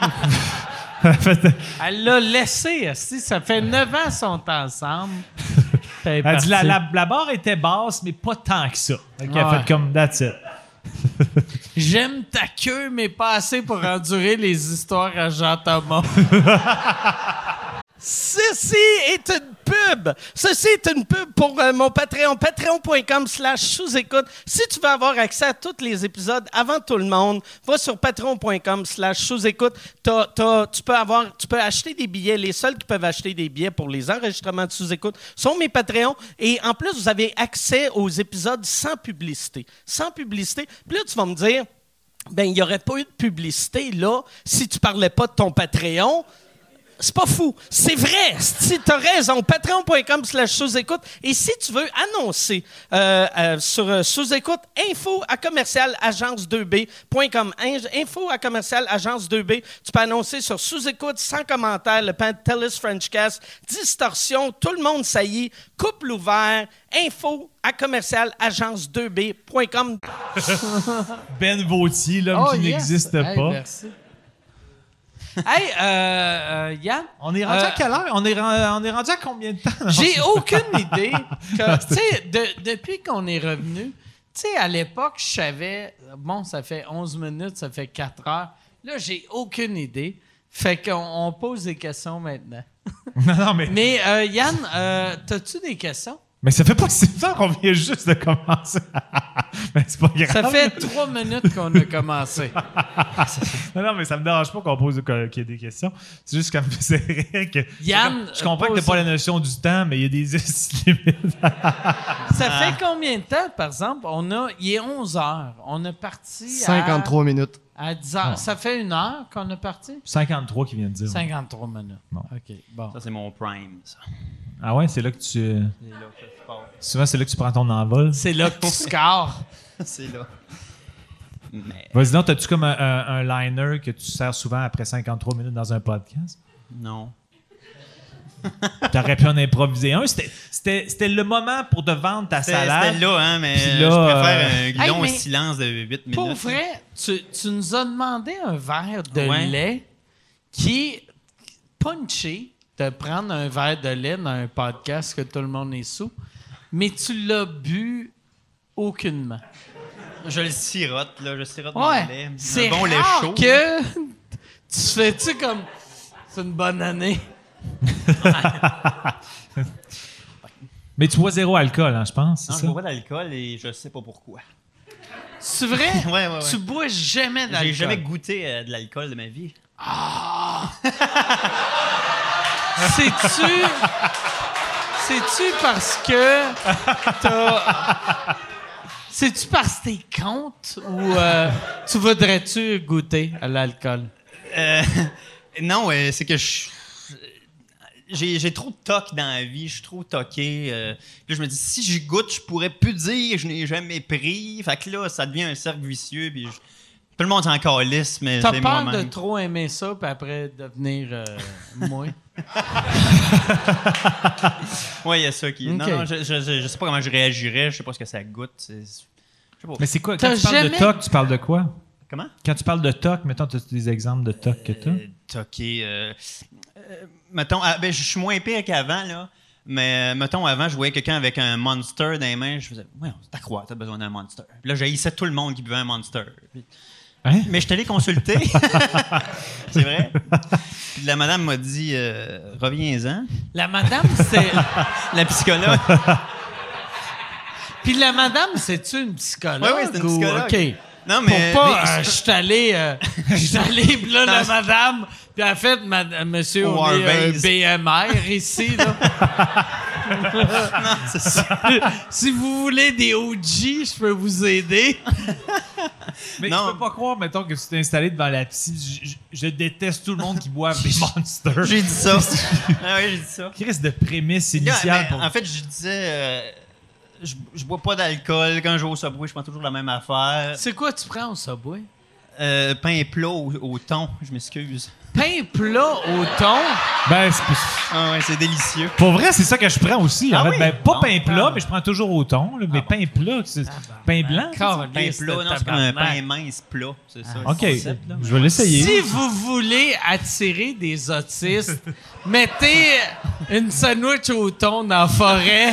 Elle l'a laissé. Ça fait 9 ans qu'ils sont ensemble. Elle dit la barre était basse, mais pas tant que ça. Elle a fait comme that's it. J'aime ta queue, mais pas assez pour endurer les histoires à Jean-Thomas. Ceci est une pub. Ceci est une pub pour mon Patreon. Patreon.com/sous-écoute. Si tu veux avoir accès à tous les épisodes avant tout le monde, va sur patreon.com/sous-écoute. Tu peux acheter des billets. Les seuls qui peuvent acheter des billets pour les enregistrements de sous-écoute sont mes Patreons. Et en plus, vous avez accès aux épisodes sans publicité. Sans publicité. Puis là, tu vas me dire, ben, il n'y aurait pas eu de publicité là si tu parlais pas de ton Patreon. C'est pas fou. C'est vrai. Si t'as raison. Patreon.com /sous-écoute. Et si tu veux annoncer sur sous-écoute, info@agence2b.com. Info@agence2b. Tu peux annoncer sur sous-écoute, sans commentaire, le Pantelis Frenchcast, Distorsion, tout le monde saillit, couple ouvert, info@agence2b.com. Ben Vautier, l'homme qui n'existe pas. Merci. Hey, Yann. On est rendu à quelle heure? On est rendu à combien de temps? J'ai aucune idée. Tu sais, depuis qu'on est revenu, tu sais, à l'époque, je savais, bon, ça fait 11 minutes, ça fait 4 heures. Là, j'ai aucune idée. Fait qu'on pose des questions maintenant. Non, mais... Mais Yann, t'as-tu des questions? Mais ça fait pas si longtemps qu'on vient juste de commencer. Mais c'est pas grave. Ça fait 3 minutes qu'on a commencé. Non, mais ça me dérange pas qu'on pose qu'il y ait des questions. C'est juste que ça me faisait rire que... Yann, je comprends que t'as pas la notion du temps, mais il y a des limites. Ça fait combien de temps, par exemple? Il est 11 heures. On a parti 53 minutes. À 10 heures. Ça fait 1 heure qu'on a parti? 53 qui vient de dire. 53 minutes. Bon. OK, bon. Ça, c'est mon prime, ça. Ah ouais, c'est là que tu... C'est là que je pars. Souvent, c'est là que tu prends ton envol. C'est là que tu scores. C'est là. Mais... Vas-y donc, as-tu comme un liner que tu sers souvent après 53 minutes dans un podcast? Non. T'aurais pu en improviser un. C'était le moment pour te vendre ta salade. C'était là, hein, mais Puis là, je préfère un long mais silence de 8 minutes. Pour vrai, tu nous as demandé un verre de lait qui est punché de prendre un verre de lait dans un podcast que tout le monde est sous, mais tu l'as bu aucunement. Je le sirote, là. Je sirote mon Ouais, lait. c'est un bon lait rare chaud. que tu fais-tu comme... C'est une bonne année. Mais tu bois 0 alcool, hein, je pense. Non, C'est je ça? bois pas d'alcool et je sais pas pourquoi. C'est vrai? Ouais. Tu bois jamais d'alcool. J'ai jamais goûté de l'alcool de ma vie. C'est-tu parce que C'est-tu parce que t'es contre ou tu voudrais-tu goûter à l'alcool? Non, c'est que j'ai trop de toc dans la vie, je suis trop toqué. Puis là, je me dis, si j'y goûte, je pourrais plus dire je n'ai jamais pris. Fait que là, ça devient un cercle vicieux. Puis tout le monde s'en calisse, mais T'as c'est peur moi-même. de trop aimer ça, puis après devenir moi? Oui, il y a ça qui... Ok. Non, je sais pas comment je réagirais, je sais pas ce que ça goûte. Je sais pas. Mais c'est quoi? T'as Quand tu parles jamais- de toc, tu parles de quoi? Comment? Quand tu parles de toc, mettons, tu as des exemples de toc que tu as? Toqué. Mettons, je suis moins pire qu'avant, là. Mais mettons, avant, je voyais quelqu'un avec un Monster dans les mains. Je faisais, ouais, c'est à croire, t'as besoin d'un Monster. Puis là, j'haïssais tout le monde qui buvait un Monster. Hein? Mais je suis allé consulter. C'est vrai. Puis la madame m'a dit, reviens-en. La madame, c'est... La psychologue. Puis la madame, c'est-tu une psychologue? Oui, c'est une ou- psychologue. OK. Non, mais. Pour pas, mais- je suis allé, puis là, la Non, madame, puis en fait, monsieur, Au on est un Harvey's. BMR ici, là. non, c'est ça. Si vous voulez des OG, je peux vous aider. Mais Non. tu peux pas croire, mettons, que tu t'es installé devant la psy. Je déteste tout le monde qui boit des Monsters. J'ai dit ça. Ah oui, j'ai dit ça. Qui reste de prémisse Là, initiale mais pour... En fait, je disais, je bois pas d'alcool. Quand je vais au Subway, je prends toujours la même affaire. C'est quoi tu prends au Subway? Pain plat au thon, je m'excuse. Pain plat au thon? Ben, Ah ouais, c'est délicieux. pour vrai, c'est ça que je prends aussi. Ah en fait, oui? ben, pas Bon, pain plat, mais je prends toujours au thon. Là, mais pain plat, c'est pain blanc. Pain plat, non, c'est comme un pain mince plat. C'est ça. OK, le concept, là. je vais l'essayer. Si vous voulez attirer des autistes, mettez une sandwich au thon dans la forêt.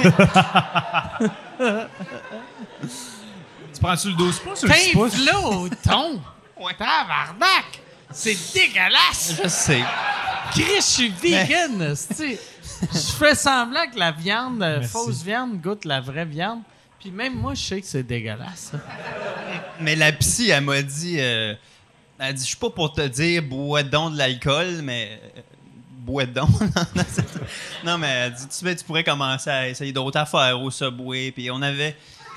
Tu prends-tu le 12 pouces ou le 6 Pain pouces? plat au thon. Ouais. Tabarnak! C'est dégueulasse! Je sais. Chris, je suis vegan, esti. Je fais semblant que la viande, fausse viande, goûte la vraie viande. Puis même moi, je sais que c'est dégueulasse. Mais la psy, elle m'a dit, elle dit, je suis pas pour te dire bois donc de l'alcool, mais bois donc. Non, mais elle dit, tu pourrais commencer à essayer d'autres affaires au Subway. Puis on avait.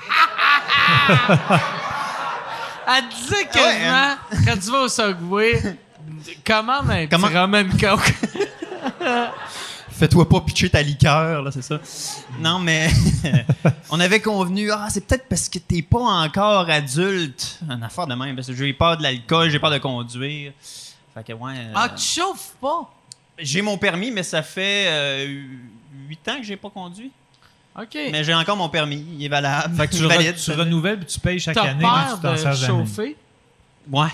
Elle disait quasiment, quand tu vas au Subway, commande un Comment- petit rum and coke. Fais-toi pas pitcher ta liqueur, là, c'est ça. Non, mais on avait convenu, c'est peut-être parce que t'es pas encore adulte. Une affaire de même, parce que j'ai peur de l'alcool, j'ai peur de conduire. Fait que, ouais. Ah, tu chauffes pas? J'ai mon permis, mais ça fait 8 ans que j'ai pas conduit. OK. Mais j'ai encore mon permis, il est valable. Fait que tu, valide. tu renouvelles puis tu payes chaque T'as année. mais peur tu t'en de sers jamais. chauffer? Ouais.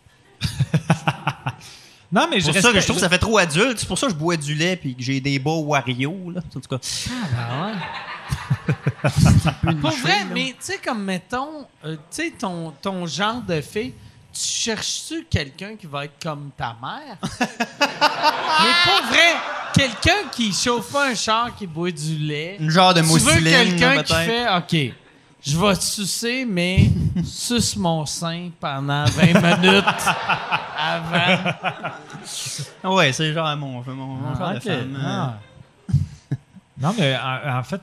Non, mais C'est pour ça que je trouve que ça fait trop adulte. C'est pour ça que je bois du lait puis que j'ai des bas Wario, là. En tout cas. Ah ouais. Pour vrai, mais tu sais, comme mettons, tu sais, ton genre de fille, tu cherches-tu quelqu'un qui va être comme ta mère? Mais pour vrai, quelqu'un qui chauffe pas un char, qui boit du lait. Une genre de Tu veux mousseline, quelqu'un là, qui peut-être. fait, OK, je vais te sucer, mais suce mon sein pendant 20 minutes avant. Ouais, c'est genre mon genre de OK. femme. Ah. Non, mais en fait,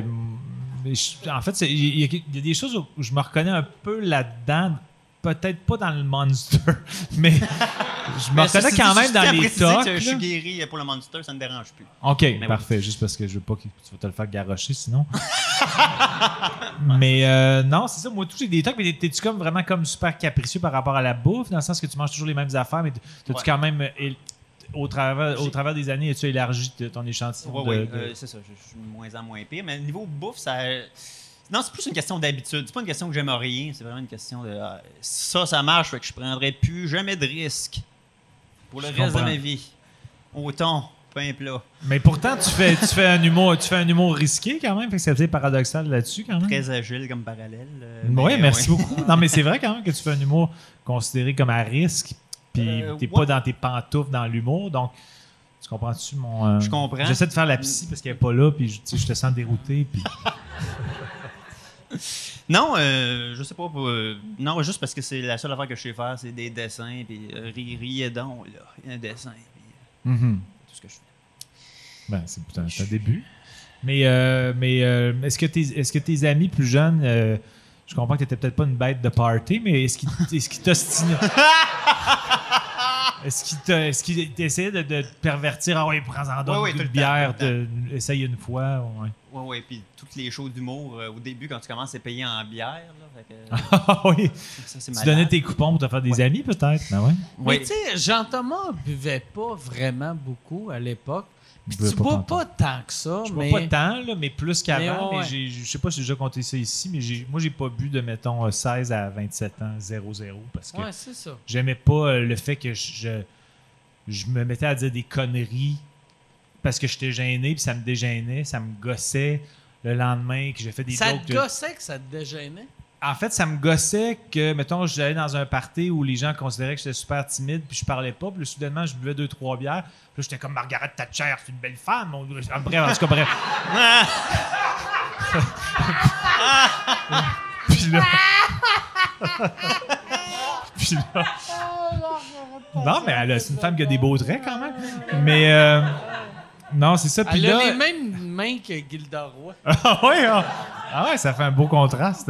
il y a des choses où je me reconnais un peu là-dedans. Peut-être pas dans le Monster, mais je me reconnais quand même dans les tocs. Je suis là. guéri pour le Monster, ça ne me dérange plus. OK, Mais parfait. Juste parce que je veux pas que tu vas te le faire garrocher sinon. Mais non, c'est ça. Moi, tout, j'ai des tocs, mais t'es-tu comme vraiment comme super capricieux par rapport à la bouffe, dans le sens que tu manges toujours les mêmes affaires, mais t'as-tu Ouais. quand même, au travers des années, as-tu élargi ton échantillon? Oui, de- c'est ça. Je suis de moins en moins pire. Mais niveau bouffe, ça. Non, c'est plus une question d'habitude. C'est pas une question que j'aime rien. C'est vraiment une question de. Ça marche, fait que je prendrais plus jamais de risque pour le Je reste de comprends. ma vie. Au thon, pain plat. Mais pourtant, tu fais un humour risqué quand même, fait que c'est assez paradoxal là-dessus quand même. Très agile comme parallèle. Oui, mais, merci ouais. beaucoup. Non, mais c'est vrai quand même que tu fais un humour considéré comme à risque, puis t'es pas ouais. dans tes pantoufles dans l'humour, donc tu comprends-tu mon... Je comprends. J'essaie de faire la psy parce qu'elle est pas là, puis je te sens dérouté, puis... Non, je sais pas. Non, juste parce que c'est la seule affaire que je sais faire, c'est des dessins. Puis riez donc, là. Il y a un dessin. Puis tout ce que je fais. Ben, c'est un début. Mais est-ce que tes amis plus jeunes Je comprends que t'étais peut-être pas une bête de party, mais est-ce qu'il t'ostinait? Est-ce qu'il essayait de te pervertir? Ah oui, prends-en donc tout une le bière, temps, tout le essaye une fois. Ouais. Ouais, puis toutes les shows d'humour, au début, quand tu commences, c'est payé en bière. Là, fait que, Ah oui. ça, c'est Tu malade. donnais tes coupons pour te faire des amis, peut-être? Ben ouais. Mais Oui. tu sais, Jean-Thomas buvait pas vraiment beaucoup à l'époque. Puis Il buvait tu pas bois tant. pas tant que ça, Je mais... bois pas tant, là, mais plus qu'avant. Mais Mais, ouais. je sais pas si j'ai déjà compté ça ici, mais moi, j'ai pas bu de, mettons, 16 à 27 ans, 0-0, parce que Ouais, c'est ça. j'aimais pas le fait que je me mettais à dire des conneries parce que j'étais gêné, puis ça me dégênait, ça me gossait le lendemain, que j'ai fait des Ça jokes te gossait que ça te dégênait? En fait, ça me gossait que, mettons, j'allais dans un party où les gens considéraient que j'étais super timide, puis je parlais pas, puis là, soudainement, je buvais 2-3 bières, puis là, j'étais comme Margaret Thatcher, c'est une belle femme. Bref, en tout cas, bref. Puis là... Puis là... Non, mais c'est une femme qui a des beaux traits, quand même. Mais... non, c'est ça. Puis Elle là... a les mêmes mains que Gilda Roy. Ah ouais, hein? Ah ouais, ça fait un beau contraste.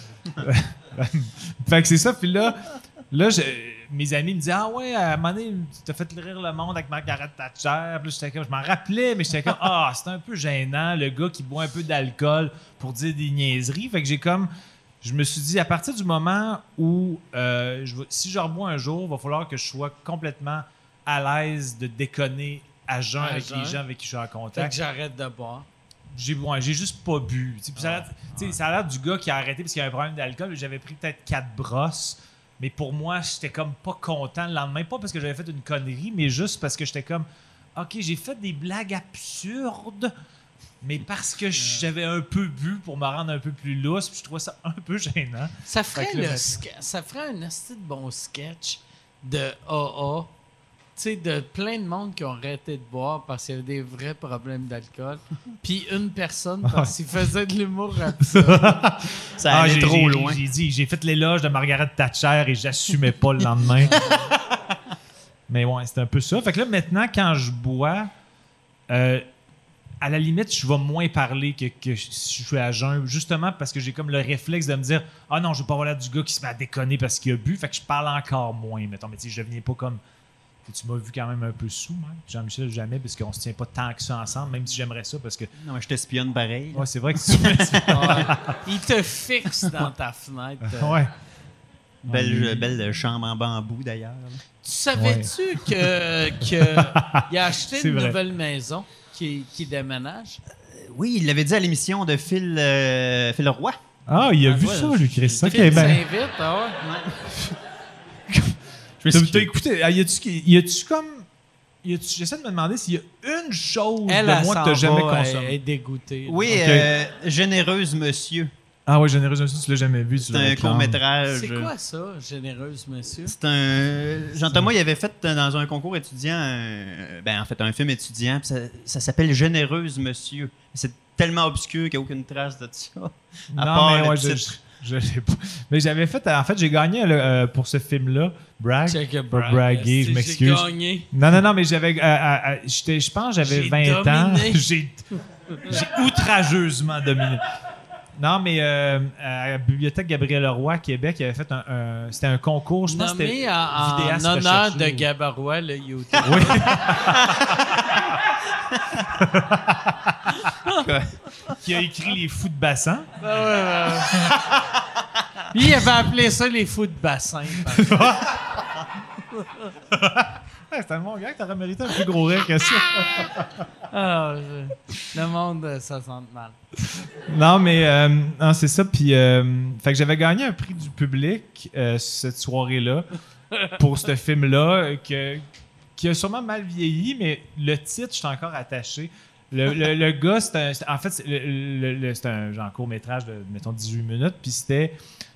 Fait que c'est ça. Puis là mes amis me disaient, ah ouais, à un moment donné, tu t'as fait rire le monde avec Margaret Thatcher. Puis là, j'étais comme, je m'en rappelais, mais j'étais comme, c'est un peu gênant, le gars qui boit un peu d'alcool pour dire des niaiseries. Fait que je me suis dit, à partir du moment où, si je rebois un jour, il va falloir que je sois complètement à l'aise de déconner à jeun avec les gens avec qui je suis en Fait contact. que j'arrête de boire. J'ai juste pas bu. Puis ça a l'air du gars qui a arrêté parce qu'il y avait un problème d'alcool. J'avais pris peut-être 4 brosses. Mais pour moi, j'étais comme pas content le lendemain. Pas parce que j'avais fait une connerie, mais juste parce que j'étais comme, OK, j'ai fait des blagues absurdes, mais parce que j'avais un peu bu pour me rendre un peu plus lousse. Puis je trouvais ça un peu gênant. Ça ferait, Fait que là, ça ferait un esti de bon sketch de AA. Tu sais, de plein de monde qui ont arrêté de boire parce qu'il y avait des vrais problèmes d'alcool. Puis une personne parce qu'il faisait de l'humour absurde. Ça allait trop loin. J'ai fait l'éloge de Margaret Thatcher et j'assumais pas le lendemain. Mais ouais, c'était un peu ça. Fait que là, maintenant, quand je bois, à la limite, je vais moins parler que si je suis à jeun, justement parce que j'ai comme le réflexe de me dire, ah non, je veux pas avoir l'air du gars qui se met à déconner parce qu'il a bu. Fait que je parle encore moins, mettons. Mais tu sais, je deviens pas comme... Tu m'as vu quand même un peu sous, même. Jean-Michel, jamais, parce qu'on se tient pas tant que ça ensemble, même si j'aimerais ça, parce que... Non, mais je t'espionne pareil. là. Ouais, c'est vrai que tu... Il te fixe dans ta fenêtre. ouais. Belle chambre en bambou, d'ailleurs. là. Tu savais-tu qu'il a acheté C'est une vrai. nouvelle maison qui déménage? Oui, il l'avait dit à l'émission de Phil Roy. Ah, il a vu ouais, ça, lui, Chris. Ok, Phil ben... s'invite, ah ouais. T'as écouté, y a-tu comme... J'essaie de me demander s'il y a une chose Elle, de elle moi que s'en t'as jamais va, consommé. Elle est dégoûtée. Oui, Ok. Généreuse Monsieur. Ah ouais, Généreuse Monsieur, tu l'as jamais vu. C'est un court-métrage. C'est quoi ça, généreuse monsieur? C'est un. Jean-Thomas, il avait fait dans un concours étudiant, en fait, un film étudiant, puis ça s'appelle Généreuse Monsieur. C'est tellement obscur qu'il n'y a aucune trace de ça. À Non, part mais le ouais, titre. je sais pas. Mais j'avais fait... En fait, j'ai gagné pour ce film-là. Brag. Check a Pas brag. braguer, je J'ai m'excuse. gagné. Non, mais j'avais... je pense que j'avais J'ai 20 ans. dominé. J'ai outrageusement dominé. Non, mais à la Bibliothèque Gabriel-Leroy à Québec, il avait fait c'était un concours. Je pense que Nommé c'était en vidéaste honneur recherché de ou- Gabarois, le YouTube. Oui. Qui a écrit Les Fous de Bassan. Lui, il avait appelé ça les fous de bassin. Ouais, c'était un bon gars que t'aurais mérité un plus gros rire que ça. Le monde, ça sent mal. Non, mais non, c'est ça. Puis, fait que j'avais gagné un prix du public cette soirée-là pour ce film-là qui a sûrement mal vieilli, mais le titre, je suis encore attaché. Le gars, c'était un genre court-métrage de, mettons, 18 minutes, puis c'était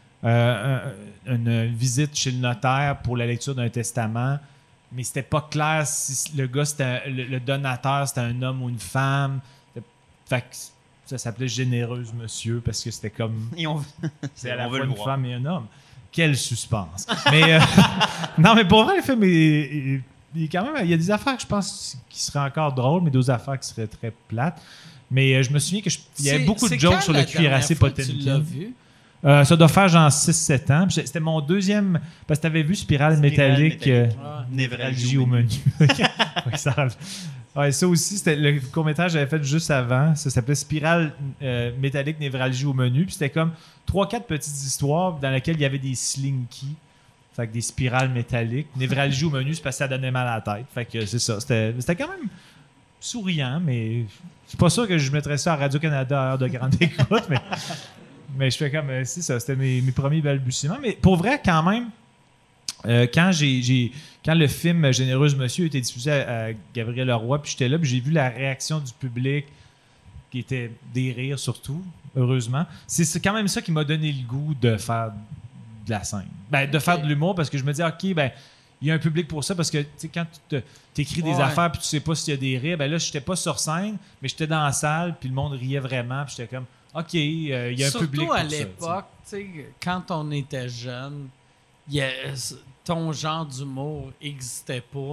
une visite chez le notaire pour la lecture d'un testament, mais c'était pas clair si le gars, le donateur, c'était un homme ou une femme. Fait que ça s'appelait Généreuse Monsieur, parce que c'était comme... Et on C'est à la on veut fois le une voir. femme et un homme. Quel suspense. Mais non, mais pour vrai, le film il est quand même... Il y a des affaires que je pense qui seraient encore drôles, mais d'autres affaires qui seraient très plates. Mais je me souviens qu'il y avait beaucoup de jokes sur le cuirassé Tu l'as Potemkin. vu? Ça doit faire genre 6-7 ans. Puis c'était mon deuxième... Parce que t'avais vu Spirale métallique. Névralgie au menu. Ouais, ça aussi, c'était le court-métrage que j'avais fait juste avant. Ça s'appelait Spirale métallique, névralgie au menu. Puis c'était comme 3-4 petites histoires dans lesquelles il y avait des slinky. Fait que des spirales métalliques. Névralgie au menu, c'est parce que ça donnait mal à la tête. Fait que c'est ça. C'était quand même souriant, mais c'est pas sûr que je mettrais ça à Radio-Canada à heure de grande écoute, mais je fais comme... c'est ça, c'était mes premiers balbutiements. Mais pour vrai, quand même, quand le film Généreuse Monsieur a été diffusé à Gabriel Leroy, puis j'étais là, puis j'ai vu la réaction du public, qui était des rires surtout, heureusement. C'est quand même ça qui m'a donné le goût de faire de la scène. De faire de l'humour, parce que je me dis, OK, il y a un public pour ça, parce que quand tu écris des affaires puis tu sais pas s'il y a des rires, là, j'étais pas sur scène, mais j'étais dans la salle, puis le monde riait vraiment, puis j'étais comme, OK, il y a un public pour ça. Surtout à l'époque, quand on était jeune, ton genre d'humour n'existait pas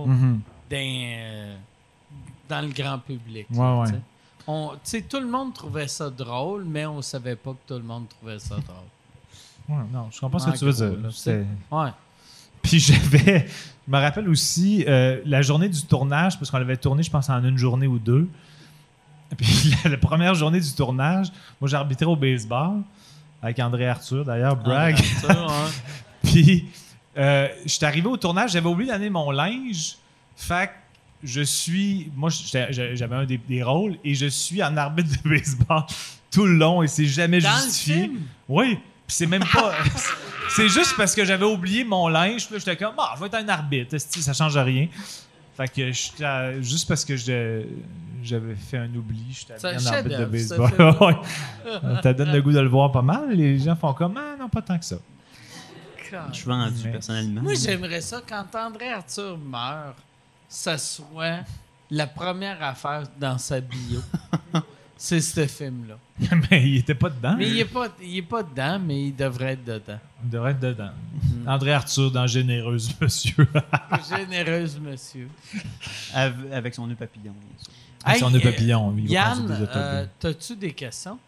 dans le grand public. Ouais. Tout le monde trouvait ça drôle, mais on savait pas que tout le monde trouvait ça drôle. Ouais, non, je comprends ce que tu veux dire. Ouais. Puis je me rappelle aussi la journée du tournage, parce qu'on l'avait tourné, je pense, en une journée ou deux. Puis la première journée du tournage, moi, j'arbitrais au baseball avec André Arthur, d'ailleurs, brag. Puis je suis arrivé au tournage, j'avais oublié d'amener mon linge. Fait que j'avais un des rôles et je suis en arbitre de baseball tout le long et c'est jamais justifié. Oui. Puis c'est même pas... c'est juste parce que j'avais oublié mon linge. Puis là, j'étais comme, je vais être un arbitre. Ça change rien. Fait que juste parce que j'avais fait un oubli, j'étais un arbitre de baseball. Ça donne le goût de le voir pas mal. Les gens font comme, non, pas tant que ça. Je suis vendu, personnellement. Moi, j'aimerais ça, quand André Arthur meurt, ça soit la première affaire dans sa bio. C'est ce film-là. Mais il était pas dedans. Mais il est pas dedans, mais il devrait être dedans. Il devrait être dedans. André Arthur dans Généreuse Monsieur. Généreuse Monsieur. Avec son nœud papillon. Avec son nœud papillon, oui. Yann, t'as-tu des questions?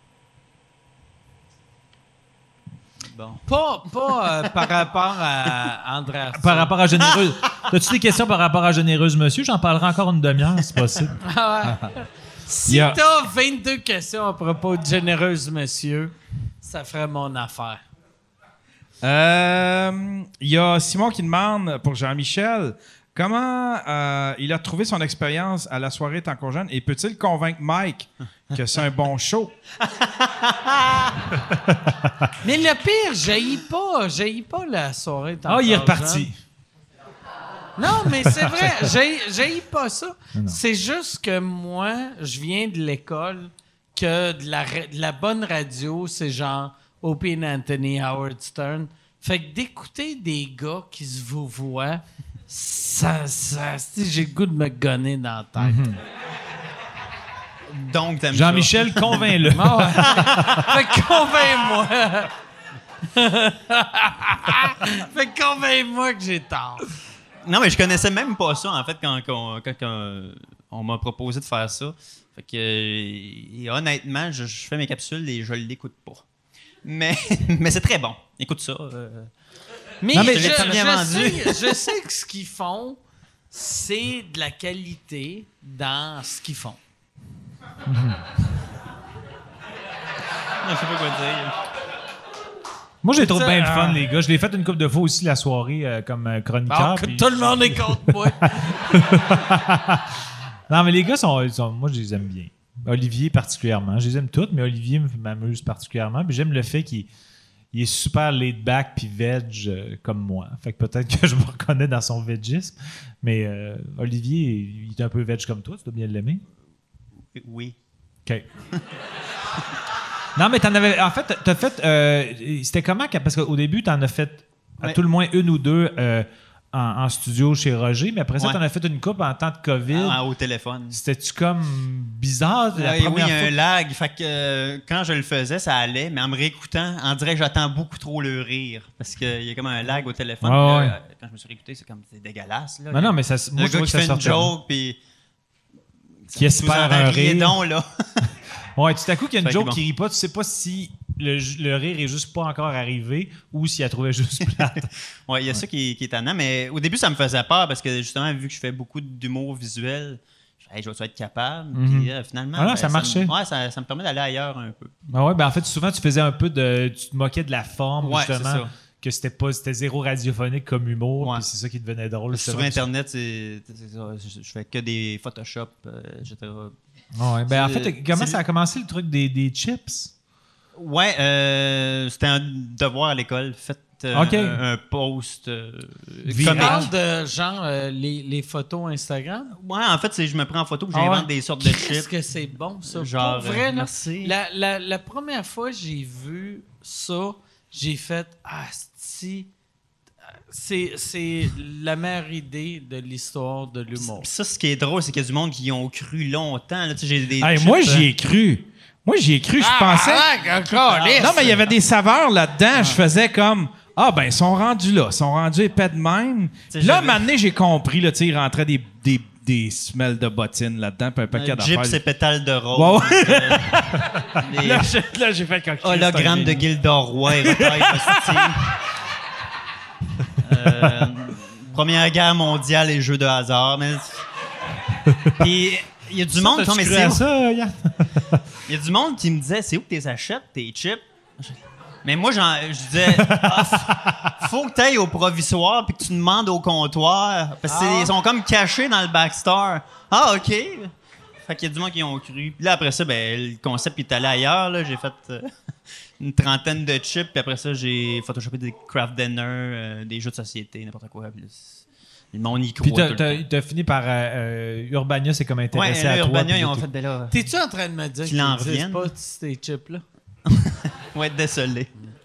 Bon. Pas par rapport à André Arthur. Par rapport à Généreuse. As-tu des questions par rapport à Généreuse Monsieur? J'en parlerai encore une demi-heure, c'est possible. Si t'as 22 questions à propos de Généreuse Monsieur, ça ferait mon affaire. Il y a Simon qui demande pour Jean-Michel comment il a trouvé son expérience à la soirée Tant qu'on jeune et peut-il convaincre Mike que c'est un bon show? Mais le pire, j'haïs pas la soirée Tant qu'on jeune. Il est reparti. Non, mais c'est vrai, j'haïs pas ça. C'est juste que moi, je viens de l'école que de la bonne radio, c'est genre Opie and Anthony, Howard Stern. Fait que d'écouter des gars qui se vous voient, ça j'ai le goût de me gonner dans la tête. Donc, t'aimes Jean-Michel, convainc-le. Fait que convainc-moi. Fait que convainc-moi que j'ai tort. Non, mais je connaissais même pas ça, en fait, quand on m'a proposé de faire ça. Fait que, et honnêtement, je fais mes capsules et je l'écoute pas. Mais c'est très bon. Écoute ça. Mais, non, mais je sais que ce qu'ils font, c'est de la qualité dans ce qu'ils font. Je sais pas quoi dire. Moi, je les trouve bien le fun, les gars. Je l'ai fait une couple de fois aussi la soirée comme chroniqueur. Puis... Tout le monde est contre moi. Non, mais les gars moi, je les aime bien. Olivier particulièrement. Je les aime toutes, mais Olivier m'amuse particulièrement. Puis j'aime le fait qu'il est super laid-back puis veg comme moi. Fait que peut-être que je me reconnais dans son vegisme. Mais Olivier, il est un peu veg comme toi. Tu dois bien l'aimer. Oui. OK. Non, mais en fait, t'as fait... c'était comment? Parce qu'au début, t'en as fait à tout le moins une ou deux en studio chez Roger, mais après ça, t'en as fait une couple en temps de COVID. Au téléphone. C'était-tu comme bizarre la première fois? Oui, il y a fois? un lag. Fait que quand je le faisais, ça allait, mais en me réécoutant, on dirait que j'attends beaucoup trop le rire. Parce qu'il y a comme un lag au téléphone. Là, quand je me suis réécouté, c'est comme c'est dégueulasse. Là. Non, mais ça, moi, le gars qui fait une joke, puis... Qui espère un rire. Donc, là. Ouais, tout à coup, qu'il y a une joke qui rit pas, tu sais pas si le rire est juste pas encore arrivé ou s'il a trouvé juste plate. Ouais, il y a ça qui est étonnant, mais au début, ça me faisait peur parce que justement, vu que je fais beaucoup d'humour visuel, je vais être capable. Puis finalement, ça marchait. Ça me permet d'aller ailleurs un peu. Ah ouais, en fait, souvent, tu faisais un peu tu te moquais de la forme, Ouais, justement. c'est ça. Que c'était zéro radiophonique comme humour, Ouais. puis c'est ça qui devenait drôle. Sur Internet, c'est ça. Je fais que des Photoshop, etc. Ouais, ben en fait, comment ça a commencé le truc des chips? Ouais, c'était un devoir à l'école. Faites un post Tu comique. parles de genre les photos Instagram? Ouais, en fait, je me prends en photo et Ah ouais? j'invente des sortes de Qu'est-ce chips. que c'est bon, ça? Genre, Pour vrai, là, merci. la première fois que j'ai vu ça, j'ai fait « Ah, c'est la meilleure idée de l'histoire de l'humour. » Ça, ce qui est drôle, c'est qu'il y a du monde qui y ont cru longtemps. Là, tu sais, j'ai des Hey, chips, moi, j'y ai cru. Je pensais. Non, mais il y avait des saveurs là-dedans. Je faisais comme. Ah, ben, ils sont rendus là. Ils sont rendus épais de même. Puis là, à un moment donné, j'ai compris, là, tu sais, il rentrait des semelles de bottines là-dedans, puis un paquet d'affaires. Gyps et pétales de rose. Ouais. Les Là, j'ai fait quelque chose. hologrammes de Gilderoy et retaille Première guerre mondiale et jeux de hasard. Mais... Puis, il y a du monde... T'as-tu mais cru c'est à où? ça, Yann? Il y a du monde qui me disait, c'est où que tu les achètes, tes chips? Mais moi, je disais, faut que tu ailles au provisoire puis que tu demandes au comptoir. Parce qu'ils sont comme cachés dans le backstore. Ah, OK. Fait qu'il y a du monde qui ont cru. Puis là, après ça, le concept est allé ailleurs. Là. J'ai fait une trentaine de chips. Puis après ça, j'ai photoshopé des craft dinner, des jeux de société, n'importe quoi. Puis le monde y croit. Puis t'as fini par Urbania, c'est comme intéressé à toi. Urbania, puis ils ont tout. fait là. T'es-tu en train de me dire Qu'il en qu'ils revienne? n'existent pas ces chips-là? Ouais, désolé.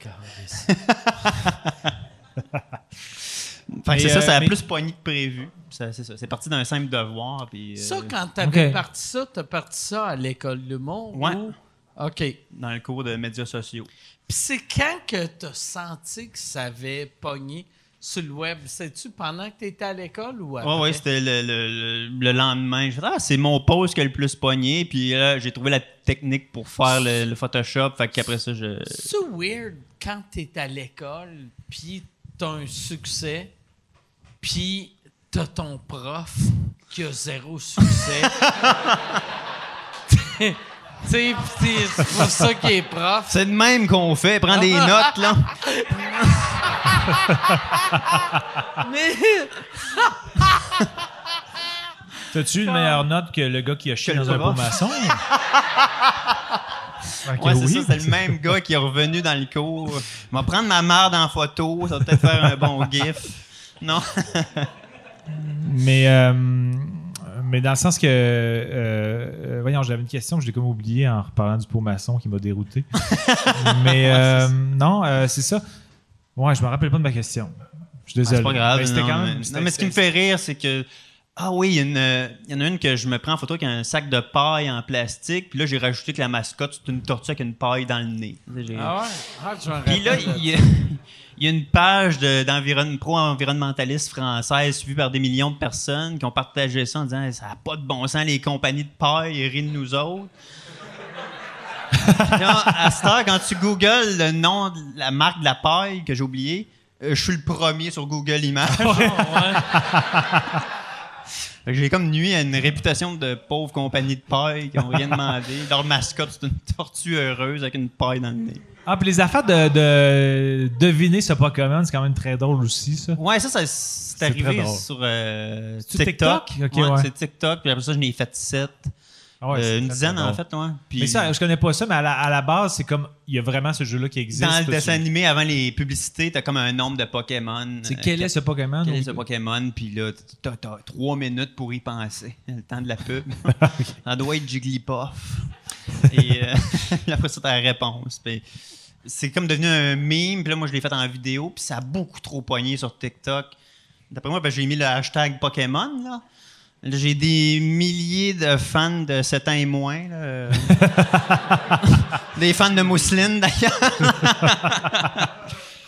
Fait que c'est ça a plus pogné que prévu. C'est ça. C'est parti d'un simple devoir. Puis, Ça, quand t'avais Ok. t'as parti ça à l'école de l'humour? Ouais. Ou... OK. Puis dans le cours de médias sociaux. c'est quand que t'as senti que ça avait pogné sur le web? C'est-tu pendant que t'étais à l'école ou après? Ouais, c'était le lendemain. J'ai fait, c'est mon post qui a le plus pogné. Puis là, j'ai trouvé la technique pour faire le Photoshop. Fait qu'après ça, C'est weird quand t'es à l'école, puis t'as un succès, puis t'as ton prof qui a zéro succès. Tu sais, pis c'est pour ça qu'il est prof. C'est de même qu'on fait. Prends des notes, là. Mais T'as-tu une meilleure note que le gars qui a chié Que le dans un pot prof. maçon? Ok, Ouais, c'est oui. ça. C'est le même gars qui est revenu dans le cours. Il va prendre ma merde en photo. Ça va peut-être faire un bon gif. Non? Mais dans le sens que... voyons, j'avais une question que je l'ai comme oubliée en reparlant du pot maçon qui m'a dérouté. Mais non, c'est ça. Ouais, je me rappelle pas de ma question. Je suis désolé. C'est pas grave. Mais c'était non, quand même... mais ce qui me fait rire, c'est que... Ah oui, il y en a une que je me prends en photo avec un sac de paille en plastique. Puis là, j'ai rajouté que la mascotte, c'est une tortue avec une paille dans le nez. ah ouais, je me Puis là, rappelle de il y a une page pro-environnementaliste française suivie par des millions de personnes qui ont partagé ça en disant « Ça n'a pas de bon sens, les compagnies de paille, ils rient de nous autres. » Là, à cette heure, quand tu googles le nom de la marque de la paille que j'ai oublié, je suis le premier sur Google Images. Fait que j'ai comme nuit à une réputation de pauvres compagnies de paille qui n'ont rien demandé. Leur mascotte, c'est une tortue heureuse avec une paille dans le nez. Ah, puis les affaires de deviner ce Pokémon, c'est quand même très drôle aussi, ça. Ouais, ça c'est très arrivé drôle. sur C'est-tu TikTok. TikTok? Ok, ouais. C'est TikTok. Puis après ça, je n'ai fait 7. Ah ouais, c'est Une très, dizaine, très en drôle. fait. Ouais. Puis Mais ça, je connais pas ça, mais à la base, c'est comme... Il y a vraiment ce jeu-là qui existe. dans le Toi, dessin animé, avant les publicités, t'as comme un nombre de Pokémon. C'est quel est ce Pokémon? Quel est ou- ce Pokémon? Puis là, t'as 3 minutes pour y penser. Le temps de la pub. Ça doit être Jigglypuff. Et après ça, t'as la réponse. Puis c'est comme devenu un meme. Puis là, moi, je l'ai fait en vidéo. Puis ça a beaucoup trop poigné sur TikTok. D'après moi, j'ai mis le hashtag Pokémon. Là. Là, j'ai des milliers de fans de 7 ans et moins. Là. Des fans de mousseline, d'ailleurs.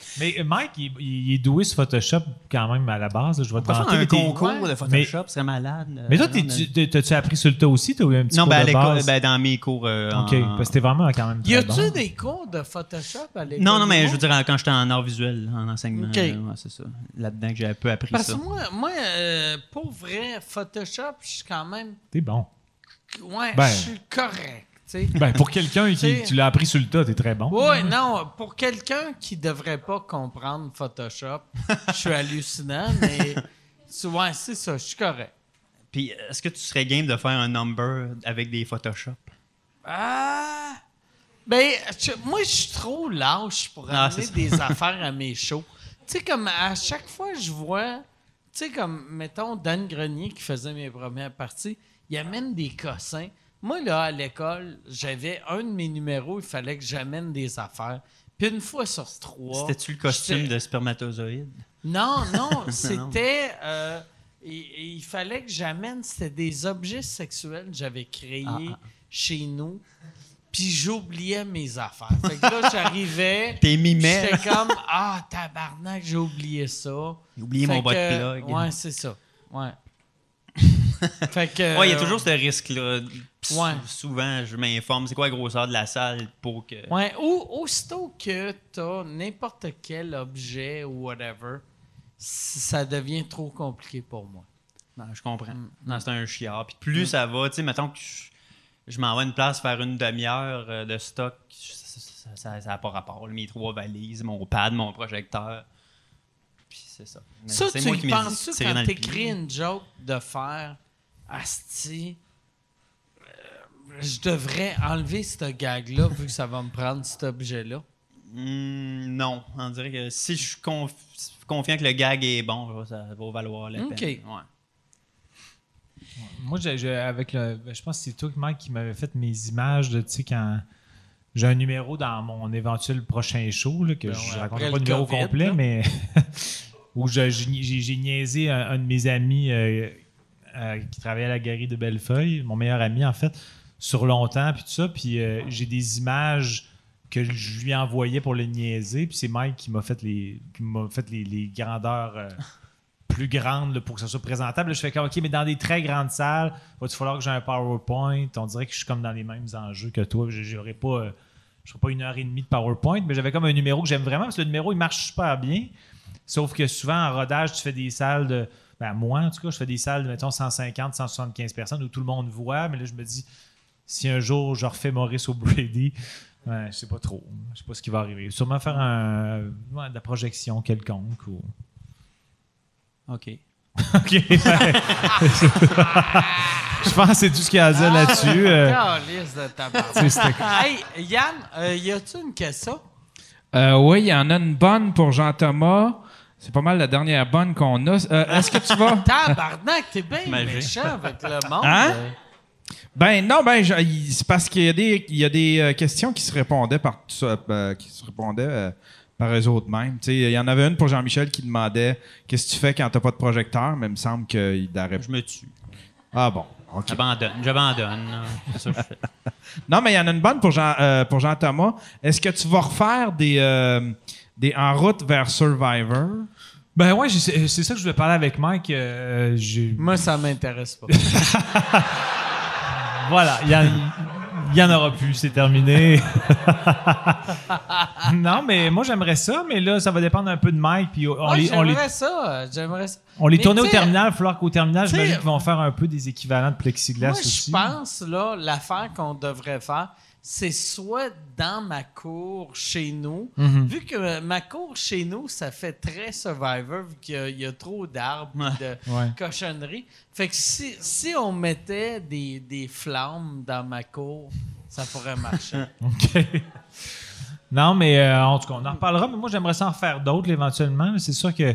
Mais Mike, il est doué sur Photoshop quand même à la base. Là. Je vais On te peut faire vanter, un mais t'es- concours de Photoshop, c'est malade. Mais toi, t'as-tu appris sur le tas aussi? T'as eu un petit Non, cours ben à de l'école, base? ben dans mes cours. OK, parce que t'es vraiment quand même Y très a-tu bon. des cours de Photoshop à l'école? Non, mais d'humour? je veux dire, quand j'étais en art visuel, en enseignement, OK. ouais, c'est ça. Là-dedans que j'ai un peu appris Parce ça. que moi pour vrai, Photoshop, je suis quand même... T'es bon. Ouais, Ben. je suis correct, tu sais. Ben, pour quelqu'un T'sais- tu l'as appris sur le tas, t'es très bon. Oui, non, pour quelqu'un qui devrait pas comprendre Photoshop, je suis hallucinant, mais ouais, c'est ça, je suis correct. Puis, est-ce que tu serais game de faire un number avec des Photoshop? Ah! Ben, moi, je suis trop lâche pour Ah, amener c'est ça. des affaires à mes shows. Tu sais, comme à chaque fois je vois, tu sais, comme, mettons, Dan Grenier qui faisait mes premières parties, il amène des cossins. Moi, là, à l'école, j'avais un de mes numéros, il fallait que j'amène des affaires. Puis une fois sur 3... C'était-tu le costume j'étais- de spermatozoïde? Non, c'était... il fallait que j'amène... C'était des objets sexuels que j'avais créés chez nous. Puis j'oubliais mes affaires. Fait que là, j'arrivais... T'es mimé. J'étais comme, tabarnak, j'ai oublié ça. J'ai oublié Fait mon bas de que, plug. Ouais, c'est ça. Ouais. Fait que... Ouais, il y a toujours ce risque-là. Ouais. Souvent, je m'informe, c'est quoi la grosseur de la salle pour que... Ouais, ou aussitôt que t'as n'importe quel objet ou whatever, ça devient trop compliqué pour moi. Non, je comprends. Non, c'est un chiard. Puis plus ça va, tu sais, mettons que je m'envoie une place faire une demi-heure de stock, ça n'a pas rapport. Mes 3 valises, mon pad, mon projecteur. Puis c'est ça. Mais Ça, c'est tu moi y qui m'ai penses-tu tiré dans quand le t'écris pied. une joke de faire Asti, je devrais enlever ce gag-là vu que ça va me prendre cet objet-là? Non, on dirait que si je suis confiant que le gag est bon, ça va valoir la OK. peine. Ouais. Moi, je pense que c'est toi, Mike, qui m'avait fait mes images de, tu sais, quand j'ai un numéro dans mon éventuel prochain show, là, que je raconte après pas le le numéro COVID, complet, là. mais où j'ai niaisé un de mes amis qui travaillait à la galerie de Bellefeuille, mon meilleur ami, en fait, sur longtemps, puis tout ça, puis j'ai des images que je lui envoyais pour le niaiser, puis c'est Mike qui m'a fait les grandeurs plus grandes là, pour que ça soit présentable. Là, je fais comme, OK, mais dans des très grandes salles, va-t-il falloir que j'ai un PowerPoint? On dirait que je suis comme dans les mêmes enjeux que toi. Je ferai pas 1h30 de PowerPoint, mais j'avais comme un numéro que j'aime vraiment, parce que le numéro, il marche super bien. Sauf que souvent, en rodage, tu fais des salles de... Ben, moi, en tout cas, je fais des salles de, mettons, 150, 175 personnes où tout le monde voit, mais là, je me dis, si un jour, je refais Maurice O'Brady, ouais, je sais pas trop. Je sais pas ce qui va arriver. Sûrement faire de la projection quelconque. Ou... OK. OK. Je pense que c'est tout ce qu'il y a à dire là-dessus. Calisse de tabarnak. Tu sais, c'était- Hey, Yann, y a-tu une question? Oui, il y en a une bonne pour Jean-Thomas. C'est pas mal la dernière bonne qu'on a. Est-ce que tu vas... Tabarnak, t'es bien Magique. méchant avec le monde. Hein? Ben non, c'est parce qu'il y a des questions qui se répondaient par par eux autres mêmes. Tu sais, il y en avait une pour Jean-Michel qui demandait qu'est-ce que tu fais quand t'as pas de projecteur, mais il me semble qu'il arrête. Je me tue. Ah bon, ok. J'abandonne. là. C'est ça que je fais. Non, mais il y en a une bonne pour Jean-Thomas. Est-ce que tu vas refaire des En route vers Survivor? Ben ouais, c'est ça que je voulais parler avec Mike. Moi, ça m'intéresse pas. Voilà, il y en aura plus, c'est terminé. Non, mais moi j'aimerais ça, mais là ça va dépendre un peu de Mike. Puis J'aimerais ça. on les Mais tournait au tu sais, terminal, il va falloir qu'au terminal, tu sais, j'imagine qu'ils vont faire un peu des équivalents de plexiglas Moi, aussi. je pense, là, l'affaire qu'on devrait faire, c'est soit dans ma cour chez nous, vu que ma cour chez nous, ça fait très Survivor, vu qu'il y a trop d'arbres et de Ouais. cochonneries. Fait que si on mettait des flammes dans ma cour, ça pourrait marcher. OK. Non, mais en tout cas, on en reparlera, mais moi j'aimerais ça en faire d'autres éventuellement. C'est sûr que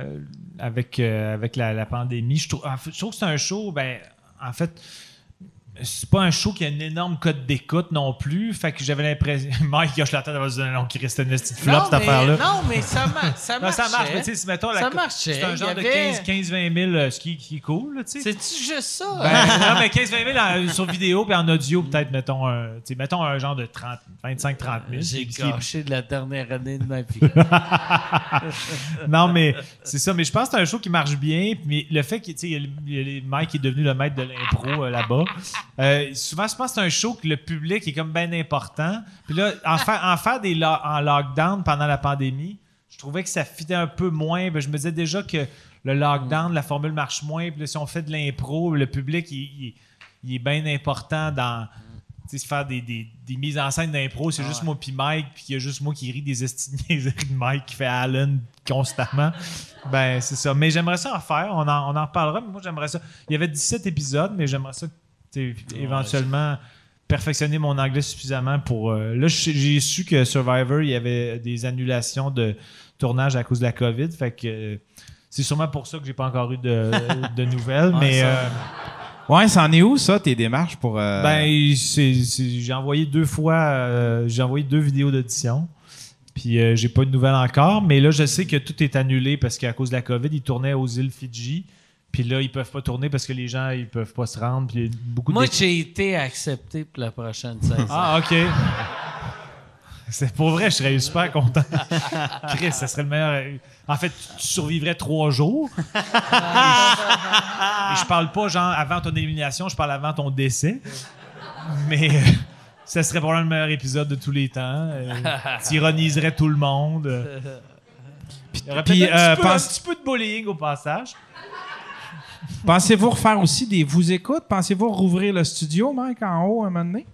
avec la pandémie, je trouve que c'est un show, ben, en fait, c'est pas un show qui a une énorme cote d'écoute non plus. Fait que j'avais l'impression. Mike hoche la tête avant de dire non, Christ, c'est une petite flop, cette affaire-là. Non, mais ça marche. Non, ça marche, mais tu sais, si mettons, Ça marchait. c'est un genre Il y avait- de 15-20 000, ce qui est cool, là, tu sais. C'est-tu juste ça? Non, mais 15-20 000 sur vidéo, puis en audio, peut-être, mettons un genre de 25-30 000. J'ai Ce qui est- gâché de la dernière année de ma vie. Non, mais c'est ça. Mais je pense que c'est un show qui marche bien. Mais le fait que, tu sais, Mike est devenu le maître de l'impro là-bas. Souvent, je pense que c'est un show que le public est comme bien important. Puis là, en faire en lockdown pendant la pandémie, je trouvais que ça fitait un peu moins. Ben, je me disais déjà que le lockdown, la formule marche moins. Puis là, si on fait de l'impro, le public, il est bien important dans... Tu sais, faire des mises en scène d'impro, c'est juste moi puis Mike, puis il y a juste moi qui rit des estigniers de Mike qui fait Alan constamment. Ben, c'est ça. Mais j'aimerais ça en faire. On en reparlera, mais moi, j'aimerais ça. Il y avait 17 épisodes, mais j'aimerais ça, tu sais, éventuellement perfectionner mon anglais suffisamment pour... là, j'ai su que Survivor, il y avait des annulations de tournage à cause de la COVID. Fait que c'est sûrement pour ça que j'ai pas encore eu de nouvelles, mais... Ouais, c'en est où, ça, tes démarches pour... Ben, j'ai envoyé 2 fois... j'ai envoyé 2 vidéos d'audition. Puis j'ai pas de nouvelles encore. Mais là, je sais que tout est annulé parce qu'à cause de la COVID, ils tournaient aux îles Fidji. Puis là, ils peuvent pas tourner parce que les gens, ils peuvent pas se rendre. Puis il y a beaucoup Moi, j'ai été accepté pour la prochaine saison. Ah, OK. C'est pour vrai, je serais super content. Chris, ça serait le meilleur. En fait, tu survivrais 3 jours. Et je parle pas genre avant ton élimination, je parle avant ton décès. Mais ça serait probablement le meilleur épisode de tous les temps. Tu ironiserais tout le monde. Il y aurait puis, peut-être un petit peu de bullying au passage. Pensez-vous refaire aussi des vous écoutes? Pensez-vous rouvrir le studio, Mike, en haut, un moment donné?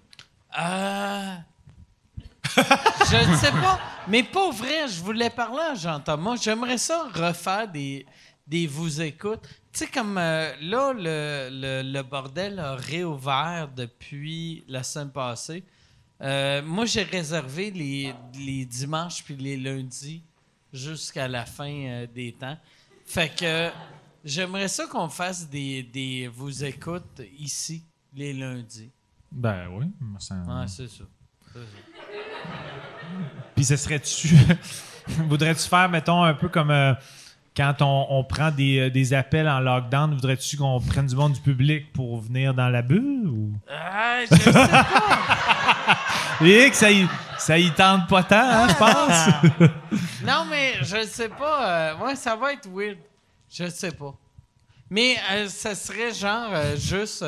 Je ne sais pas. Mais pas vrai, je voulais parler à Jean-Thomas. J'aimerais ça refaire des vous écoutes. Tu sais, comme là, le bordel a réouvert depuis la semaine passée. Moi, j'ai réservé les dimanches puis les lundis jusqu'à la fin des temps. Fait que j'aimerais ça qu'on fasse des vous écoutes ici, les lundis. Ben oui. Ouais, c'est ça. Puis ce serait-tu... Voudrais-tu faire, mettons, un peu comme quand on prend des appels en lockdown, voudrais-tu qu'on prenne du monde du public pour venir dans la bulle? Ou... Je sais pas. Et que ça y tente pas tant, hein, je pense? Non, mais je sais pas. Ouais, ça va être weird. Je sais pas. Mais ça serait genre juste...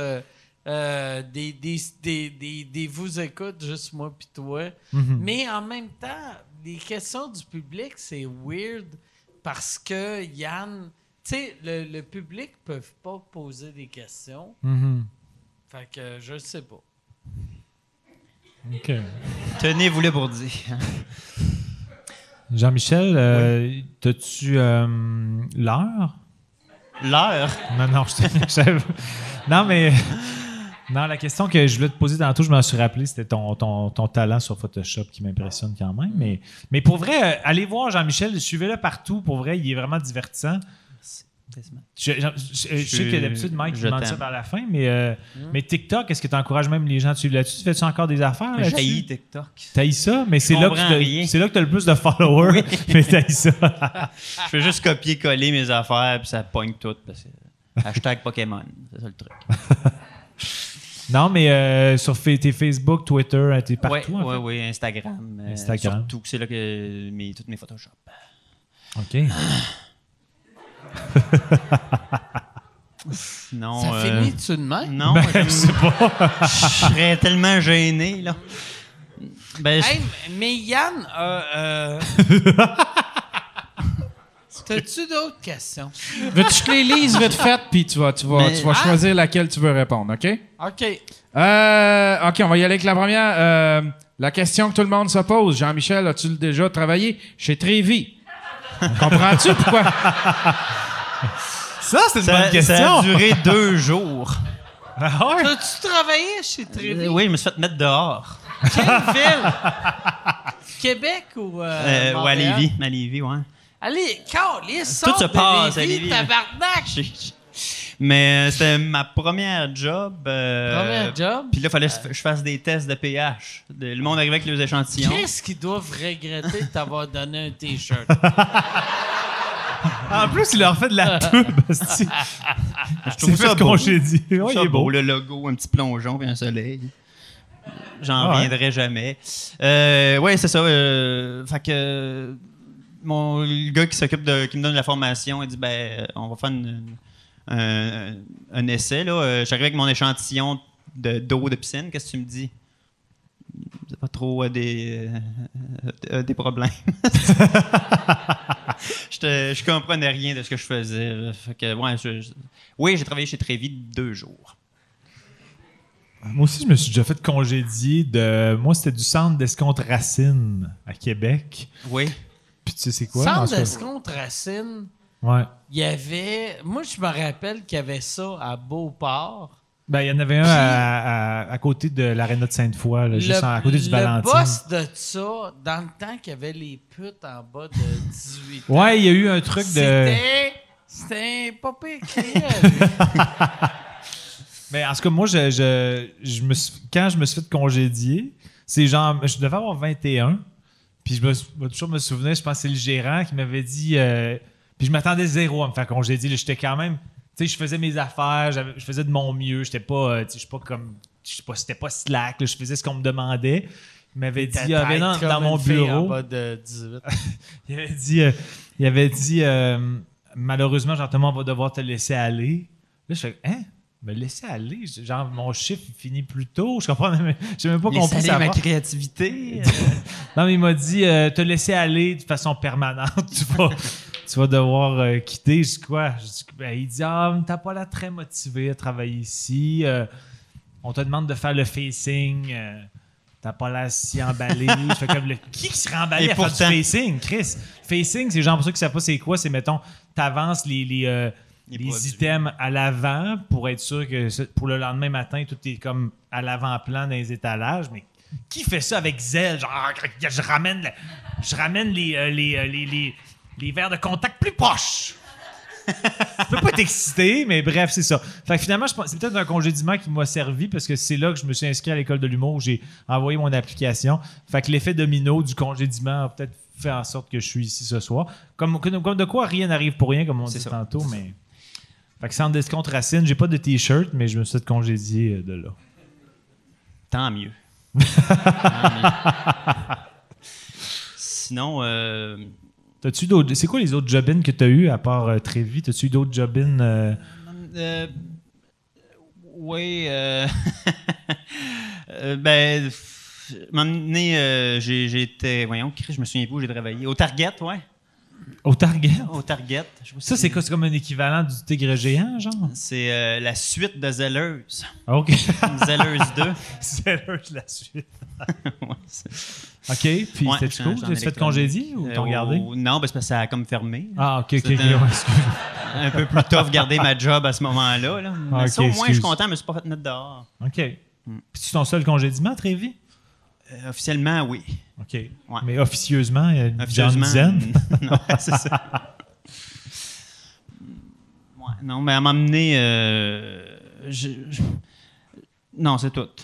des vous écoutes, juste moi pis toi. Mm-hmm. Mais en même temps, les questions du public, c'est weird parce que Yann, tu sais, le public ne peut pas poser des questions. Mm-hmm. Fait que je sais pas. OK. Tenez-vous le pour dire. Jean-Michel, t'as-tu l'heure? L'heure. Non, non, mais... Non, la question que je voulais te poser tantôt, je m'en suis rappelé, c'était ton talent sur Photoshop qui m'impressionne quand même. Mais pour vrai, allez voir Jean-Michel, suivez-le partout. Pour vrai, il est vraiment divertissant. Je sais que d'habitude, Mike, il demande ça vers la fin, mais TikTok, est-ce que tu encourages même les gens à suivre là-dessus? Fais-tu encore des affaires là-dessus? J'haïs TikTok. T'haïs ça? Mais c'est là que tu as le plus de followers, Oui. mais t'haïs ça. Je fais juste copier-coller mes affaires, puis ça pogne tout. Parce que... Hashtag Pokémon, c'est ça le truc. Non, mais sur tes Facebook, Twitter, t'es partout. Oui, Instagram. Instagram. Surtout, c'est là que toutes mes Photoshop. OK. Non, Ça finit-tu de même? Non, Ben, je sais pas. je serais tellement gêné, là. Ben, Hey, mais Yann, t'as-tu d'autres questions? Veux-tu que je te les lise vite fait, puis tu vas choisir laquelle tu veux répondre, OK? OK. OK, on va y aller avec la première. La question que tout le monde se pose. Jean-Michel, as-tu déjà travaillé chez Trévi? Comprends-tu pourquoi? Ça, c'est une bonne question. Ça a duré 2 jours. Ah ouais? T'as-tu travaillé chez Trévi? Oui, je me suis fait mettre dehors. Quelle ville? Québec ou Ou à Montréal? Lévis. À Lévis, ouais. Allez, calisse, Tout se sors de passe à Lévis, Lévis. tabarnak! Mais c'était ma première job. Première job? Puis là, il fallait que je fasse des tests de pH. Le monde arrivait avec les échantillons. Qu'est-ce qu'ils doivent regretter de t'avoir donné un T-shirt? En plus, il leur fait de la pub. C'est trouve ça fait beau. congédier. Ouais, il Ça est beau. le logo, un petit plongeon puis un soleil. J'en Ah ouais. reviendrai jamais. Ouais, c'est ça. Fait que le gars qui qui me donne la formation, il dit on va faire un essai là. J'arrive avec mon échantillon d'eau de piscine. Qu'est-ce que tu me dis? C'est pas trop des problèmes. Je comprenais rien de ce que je faisais. Là. Fait que, ouais, oui, j'ai travaillé chez Trévi 2 jours. Moi aussi, je me suis déjà fait congédier de. Moi, c'était du centre d'escompte Racine à Québec. Oui. Puis tu sais, c'est quoi? Centre d'escompte Racine, Ouais. il y avait... Moi, je me rappelle qu'il y avait ça à Beauport. Ben, il y en avait un à côté de l'aréna de Sainte-Foy, là, juste à côté du Valentine. Le boss de ça, dans le temps qu'il y avait les putes en bas de 18 ans. Ouais, il y a eu un truc de. C'était pas pire que lui. Mais en tout cas, moi, quand je me suis fait congédier, c'est genre, je devais avoir 21. Puis je vais toujours me souvenir, je pense que c'est le gérant qui m'avait dit. Puis je m'attendais zéro à me faire congédier. Là, j'étais quand même. Tu sais, je faisais mes affaires, je faisais de mon mieux. J'étais pas. Je sais pas comme. Je sais pas, c'était pas slack. Là, je faisais ce qu'on me demandait. Il m'avait dit, dans mon bureau. En bas de 18. il avait dit malheureusement, Jean-Thomas, on va devoir te laisser aller. Là, je fais, hein? Me laisser aller? Genre, mon chiffre il finit plus tôt. Je comprends, mais j'ai même pas compris ça. Ma créativité. Non, mais il m'a dit, te laisser aller de façon permanente. Tu vas devoir quitter. Je dis quoi? Il dit, t'as pas l'air très motivé à travailler ici. On te demande de faire le facing. T'as pas l'air si emballé. Je fais comme qui serait emballé à faire du facing, Chris? Facing, c'est genre pour ceux qui savent pas c'est quoi, c'est mettons, t'avances les items à l'avant pour être sûr que pour le lendemain matin, tout est comme à l'avant-plan dans les étalages. Mais qui fait ça avec zèle? Genre, je ramène les verres de contact plus proches. Je peux pas être excité, mais bref, c'est ça. Fait que finalement, c'est peut-être un congédiement qui m'a servi parce que c'est là que je me suis inscrit à l'école de l'humour où j'ai envoyé mon application. Fait que l'effet domino du congédiement a peut-être fait en sorte que je suis ici ce soir. Comme de quoi rien n'arrive pour rien, comme on dit tantôt, mais... Fait que centre d'escompte Racine, j'ai pas de T-shirt, mais je me suis fait congédier de là. Tant mieux. Sinon... T'as-tu d'autres... C'est quoi les autres job-ins que t'as eu à part Trévi? T'as-tu eu d'autres job-ins? Oui. J'ai été... Voyons, je me souviens pas où j'ai travaillé. Au Target, ouais. Au Target? Au Target. Ça, c'est quoi? C'est comme un équivalent du Tigre géant, genre? C'est la suite de Zelleuse. OK. Zelleuse 2. Zelleuse, la suite. Ouais, OK. Puis ouais, c'était cool? Tu t'es fait congédier ou t'as regardé? Non, parce que ça a comme fermé. Ah, OK. Un peu plus tough garder ma job à ce moment-là. Là. Mais ça, au moins, je suis content, mais je me suis pas fait mettre dehors. OK. Puis c'est ton seul congédiement, Trévi? Officiellement, oui. OK. Ouais. Mais officieusement, il y a une dizaine? Non, c'est ça. Ouais, non, mais à m'emmener... Non, c'est tout.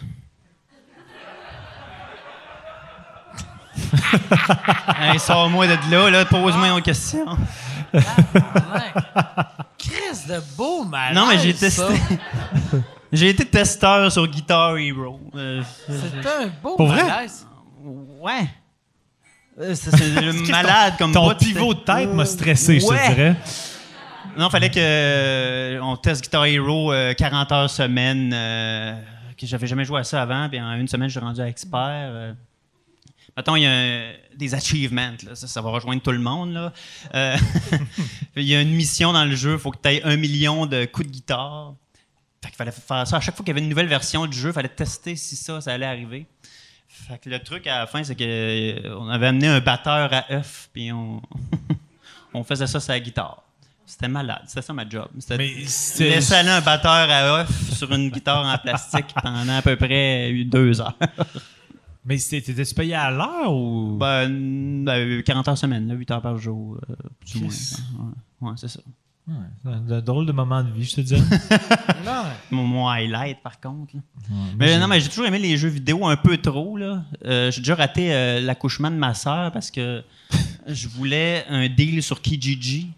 Hey, sors-moi de là, pose-moi une question. Chris de beau malaise. Non, mais j'ai testé. J'ai été testeur sur Guitar Hero. C'était un beau Pour vrai? malaise. Ouais. C'est malade comme Ton bout, pivot de tête m'a stressé, je te dirais. Non, fallait que on teste Guitar Hero 40 heures semaine. Que j'avais jamais joué à ça avant, puis en une semaine, je suis rendu à expert. Mettons, il y a des achievements, là. Ça va rejoindre tout le monde. Là. Il y a une mission dans le jeu, il faut que tu aies 1 million de coups de guitare. Fait qu'il fallait faire ça. À chaque fois qu'il y avait une nouvelle version du jeu, il fallait tester si ça allait arriver. Fait que le truc à la fin, c'est qu'on avait amené un batteur à œuf, puis on faisait ça sur la guitare. C'était malade. C'était ça ma job. C'était laisser aller un batteur à œuf sur une guitare en plastique pendant à peu près 2 heures. Mais t'étais-tu payé à l'heure ou? 40 heures semaine, 8 heures par jour. Plus ou moins. Ouais, c'est ça. C'est un drôle de moment de vie, je te dis. Mon highlight, par contre. Là. Mais j'ai toujours aimé les jeux vidéo un peu trop. Là. J'ai déjà raté l'accouchement de ma sœur parce que je voulais un deal sur Kijiji.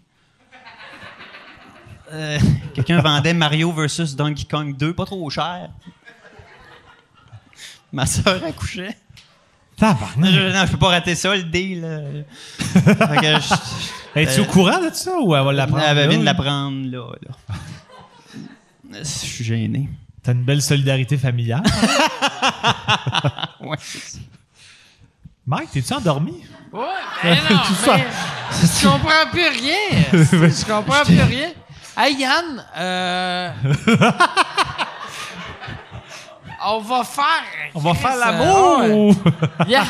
Quelqu'un vendait Mario vs Donkey Kong 2, pas trop cher. Ma sœur accouchait. Tabarnak. Non, je peux pas rater ça, le deal. Fait que Es-tu au courant de ça ou elle va l'apprendre? elle vient de là? l'apprendre, là. Je suis gêné. T'as une belle solidarité familiale. Ouais, c'est ça. Mike, t'es-tu endormi? Ouais, mais non, mais je comprends plus rien. Je comprends plus rien. Hey, Yann, on va faire l'amour ou... Yann,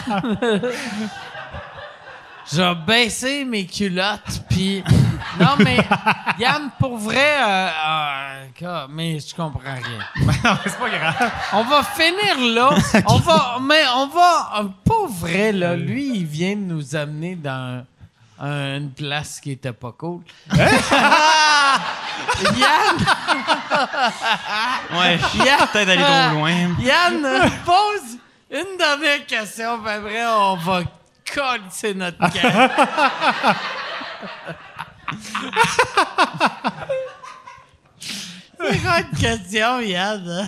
je vais baisser mes culottes, puis... Non, mais Yann, pour vrai, mais je comprends rien. Non, c'est pas grave. On va finir là. On va, pas vrai, là. Lui, il vient de nous amener dans une place qui était pas cool. Yann! Ouais, Yann, peut-être aller trop loin. Yann, pose une dernière question, puis après, on va coller notre gueule. C'est quoi une question, Yann?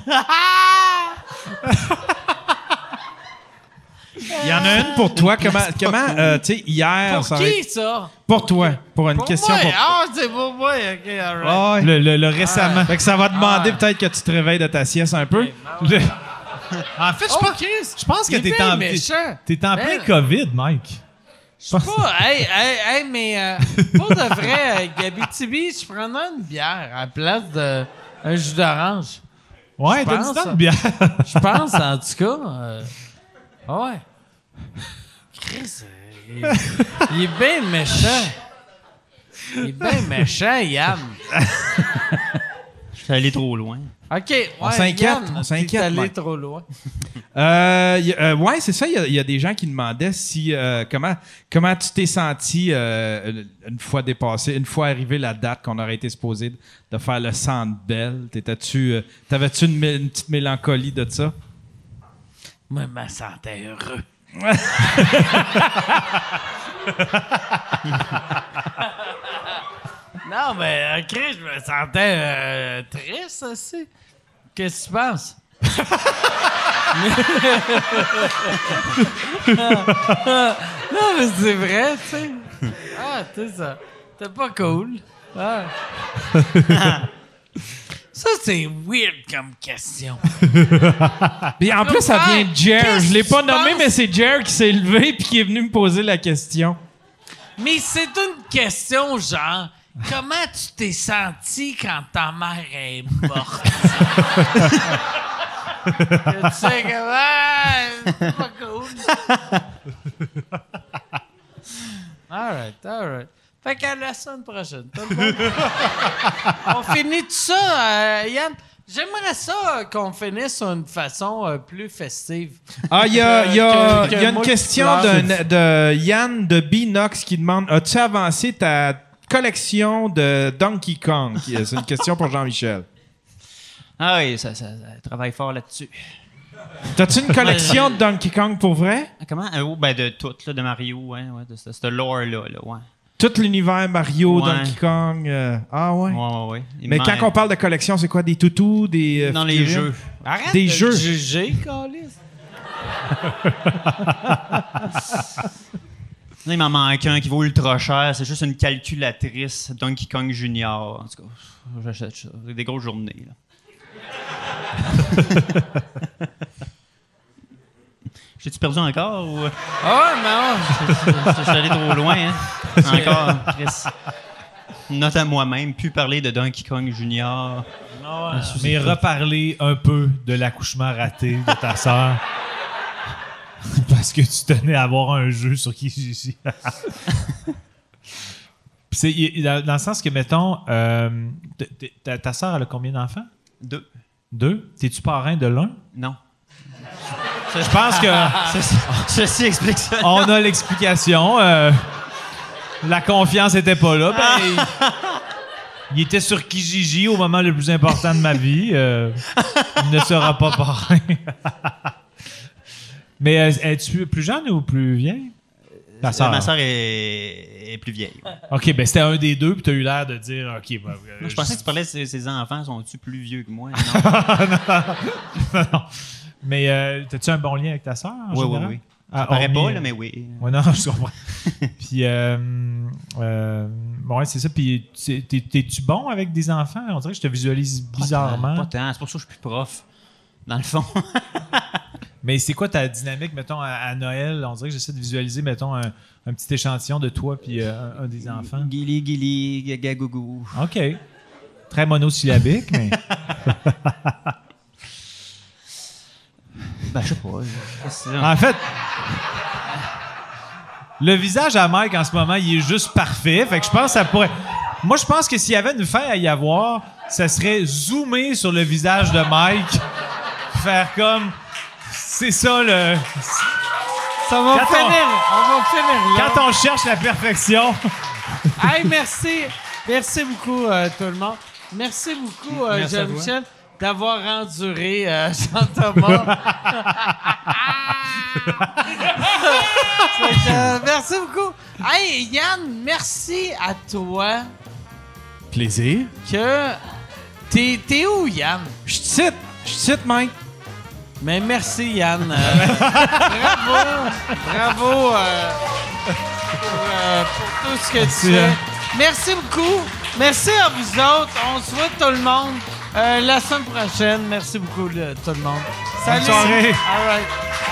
Il y en a une pour toi. Comment tu sais, hier... Pour ça qui, aurait- ça? Pour toi. Pour une question moi. pour... Ah, c'est pour moi. OK, all right. Ah ouais. Le récemment. Fait que ça va demander peut-être que tu te réveilles de ta sieste un peu. Le- En fait, Oh, Chris, je pense que il est t'es en méchant. plein COVID, Mike. Je sais pas. Hey, mais pour de vrai, Gabitibi, je prendrais une bière à la place d'un jus d'orange. Ouais, Je t'as pense, du temps de bière. Je pense, en tout cas. Ouais. Chris, il est bien méchant. Il est bien méchant, Yann. Je suis allé trop loin. OK, ouais, On s'inquiète, Yann, on s'inquiète, t'es allé Mike. trop loin. Ouais, c'est ça. Il y a des gens qui demandaient si comment tu t'es senti une fois dépassé, une fois arrivé la date qu'on aurait été supposé de faire le Centre Bell. T'avais-tu une petite mélancolie de ça? Moi, je me sentais heureux. Non, mais Chris, je me sentais triste aussi. Qu'est-ce que tu penses? Non, mais c'est vrai, tu sais. Ah, tu sais ça. C'était pas cool. Ah. Ça, c'est weird comme question. Puis en plus, ça vient de Jer. Qu'est-ce Je l'ai que pas tu nommé, penses? mais c'est Jer qui s'est levé puis qui est venu me poser la question. Mais c'est une question genre, comment tu t'es senti quand ta mère est morte? Que tu sais que, c'est pas cool. All right. Fait qu'à la semaine prochaine. Tout le monde. On finit tout ça, Yann. J'aimerais ça qu'on finisse sur une façon plus festive. Ah, il y a que une moi, question tu de Yann de Binox qui demande: as-tu avancé ta collection de Donkey Kong? C'est une question pour Jean-Michel. Ah oui, ça travaille fort là-dessus. T'as-tu une collection de Donkey Kong pour vrai? Comment? De tout, là, de Mario, ouais, de ce lore-là, ouais. Tout l'univers Mario, Ouais. Donkey Kong. Ah ouais? Ouais. Mais quand on parle de collection, c'est quoi? Des toutous, des dans les figurines? jeux. Arrête Des de jeux. juger, Carlis. Là, il m'en manque un qui vaut ultra cher. C'est juste une calculatrice Donkey Kong Junior. En tout cas, j'achète ça. C'est des grosses journées, là. J'ai-tu perdu encore ou... Ah, non. Je suis allé trop loin, hein? Encore, Chris. Note à moi-même, plus parler de Donkey Kong Junior. Mais reparler un peu de l'accouchement raté de ta sœur. Parce que tu tenais à avoir un jeu sur Kijiji. Dans le sens que, mettons, ta sœur, elle a combien d'enfants? 2. 2? T'es-tu parrain de l'un? Non. Je pense que Ceci explique ça. on a l'explication. La confiance était pas là. Il était sur Kijiji au moment le plus important de ma vie. Il ne sera pas parrain. Mais es-tu plus jeune ou plus vieille? Ta sœur. Ma sœur est plus vieille. Ouais. OK, ben c'était un des deux, puis t'as eu l'air de dire, OK... Ben, Je pensais que tu parlais de ses enfants. Sont-ils plus vieux que moi? Non. Mais t'as-tu un bon lien avec ta sœur? Oui. Ça paraît pas, là, mais oui. Oui, non, je comprends. Puis, ouais, c'est ça. Puis, t'es-tu bon avec des enfants? On dirait que je te visualise bizarrement. Pas tant. C'est pour ça que je suis plus prof, dans le fond. Mais c'est quoi ta dynamique, mettons, à Noël? On dirait que j'essaie de visualiser, mettons, un petit échantillon de toi puis un des enfants. Guili, gaga, gougou. OK. Très monosyllabique, mais... Ben, je sais pas. En fait, le visage à Mike en ce moment, il est juste parfait. Fait que je pense que ça pourrait... Moi, je pense que s'il y avait une fin à y avoir, ça serait zoomer sur le visage de Mike. Faire comme... C'est ça, le... Ça va finir. On va finir là. Quand on cherche la perfection... Hey, merci. Merci beaucoup, tout le monde. Merci beaucoup, Jean-Michel, d'avoir enduré Jean-Thomas. Merci beaucoup. Hey, Yann, merci à toi. Plaisir. Que t'es où, Yann? Je cite, Mike. Mais merci, Yann. Bravo pour tout ce que tu fais. Merci beaucoup. Merci à vous autres. On se voit tout le monde la semaine prochaine. Merci beaucoup, tout le monde. Salut. Bonne soirée. All right.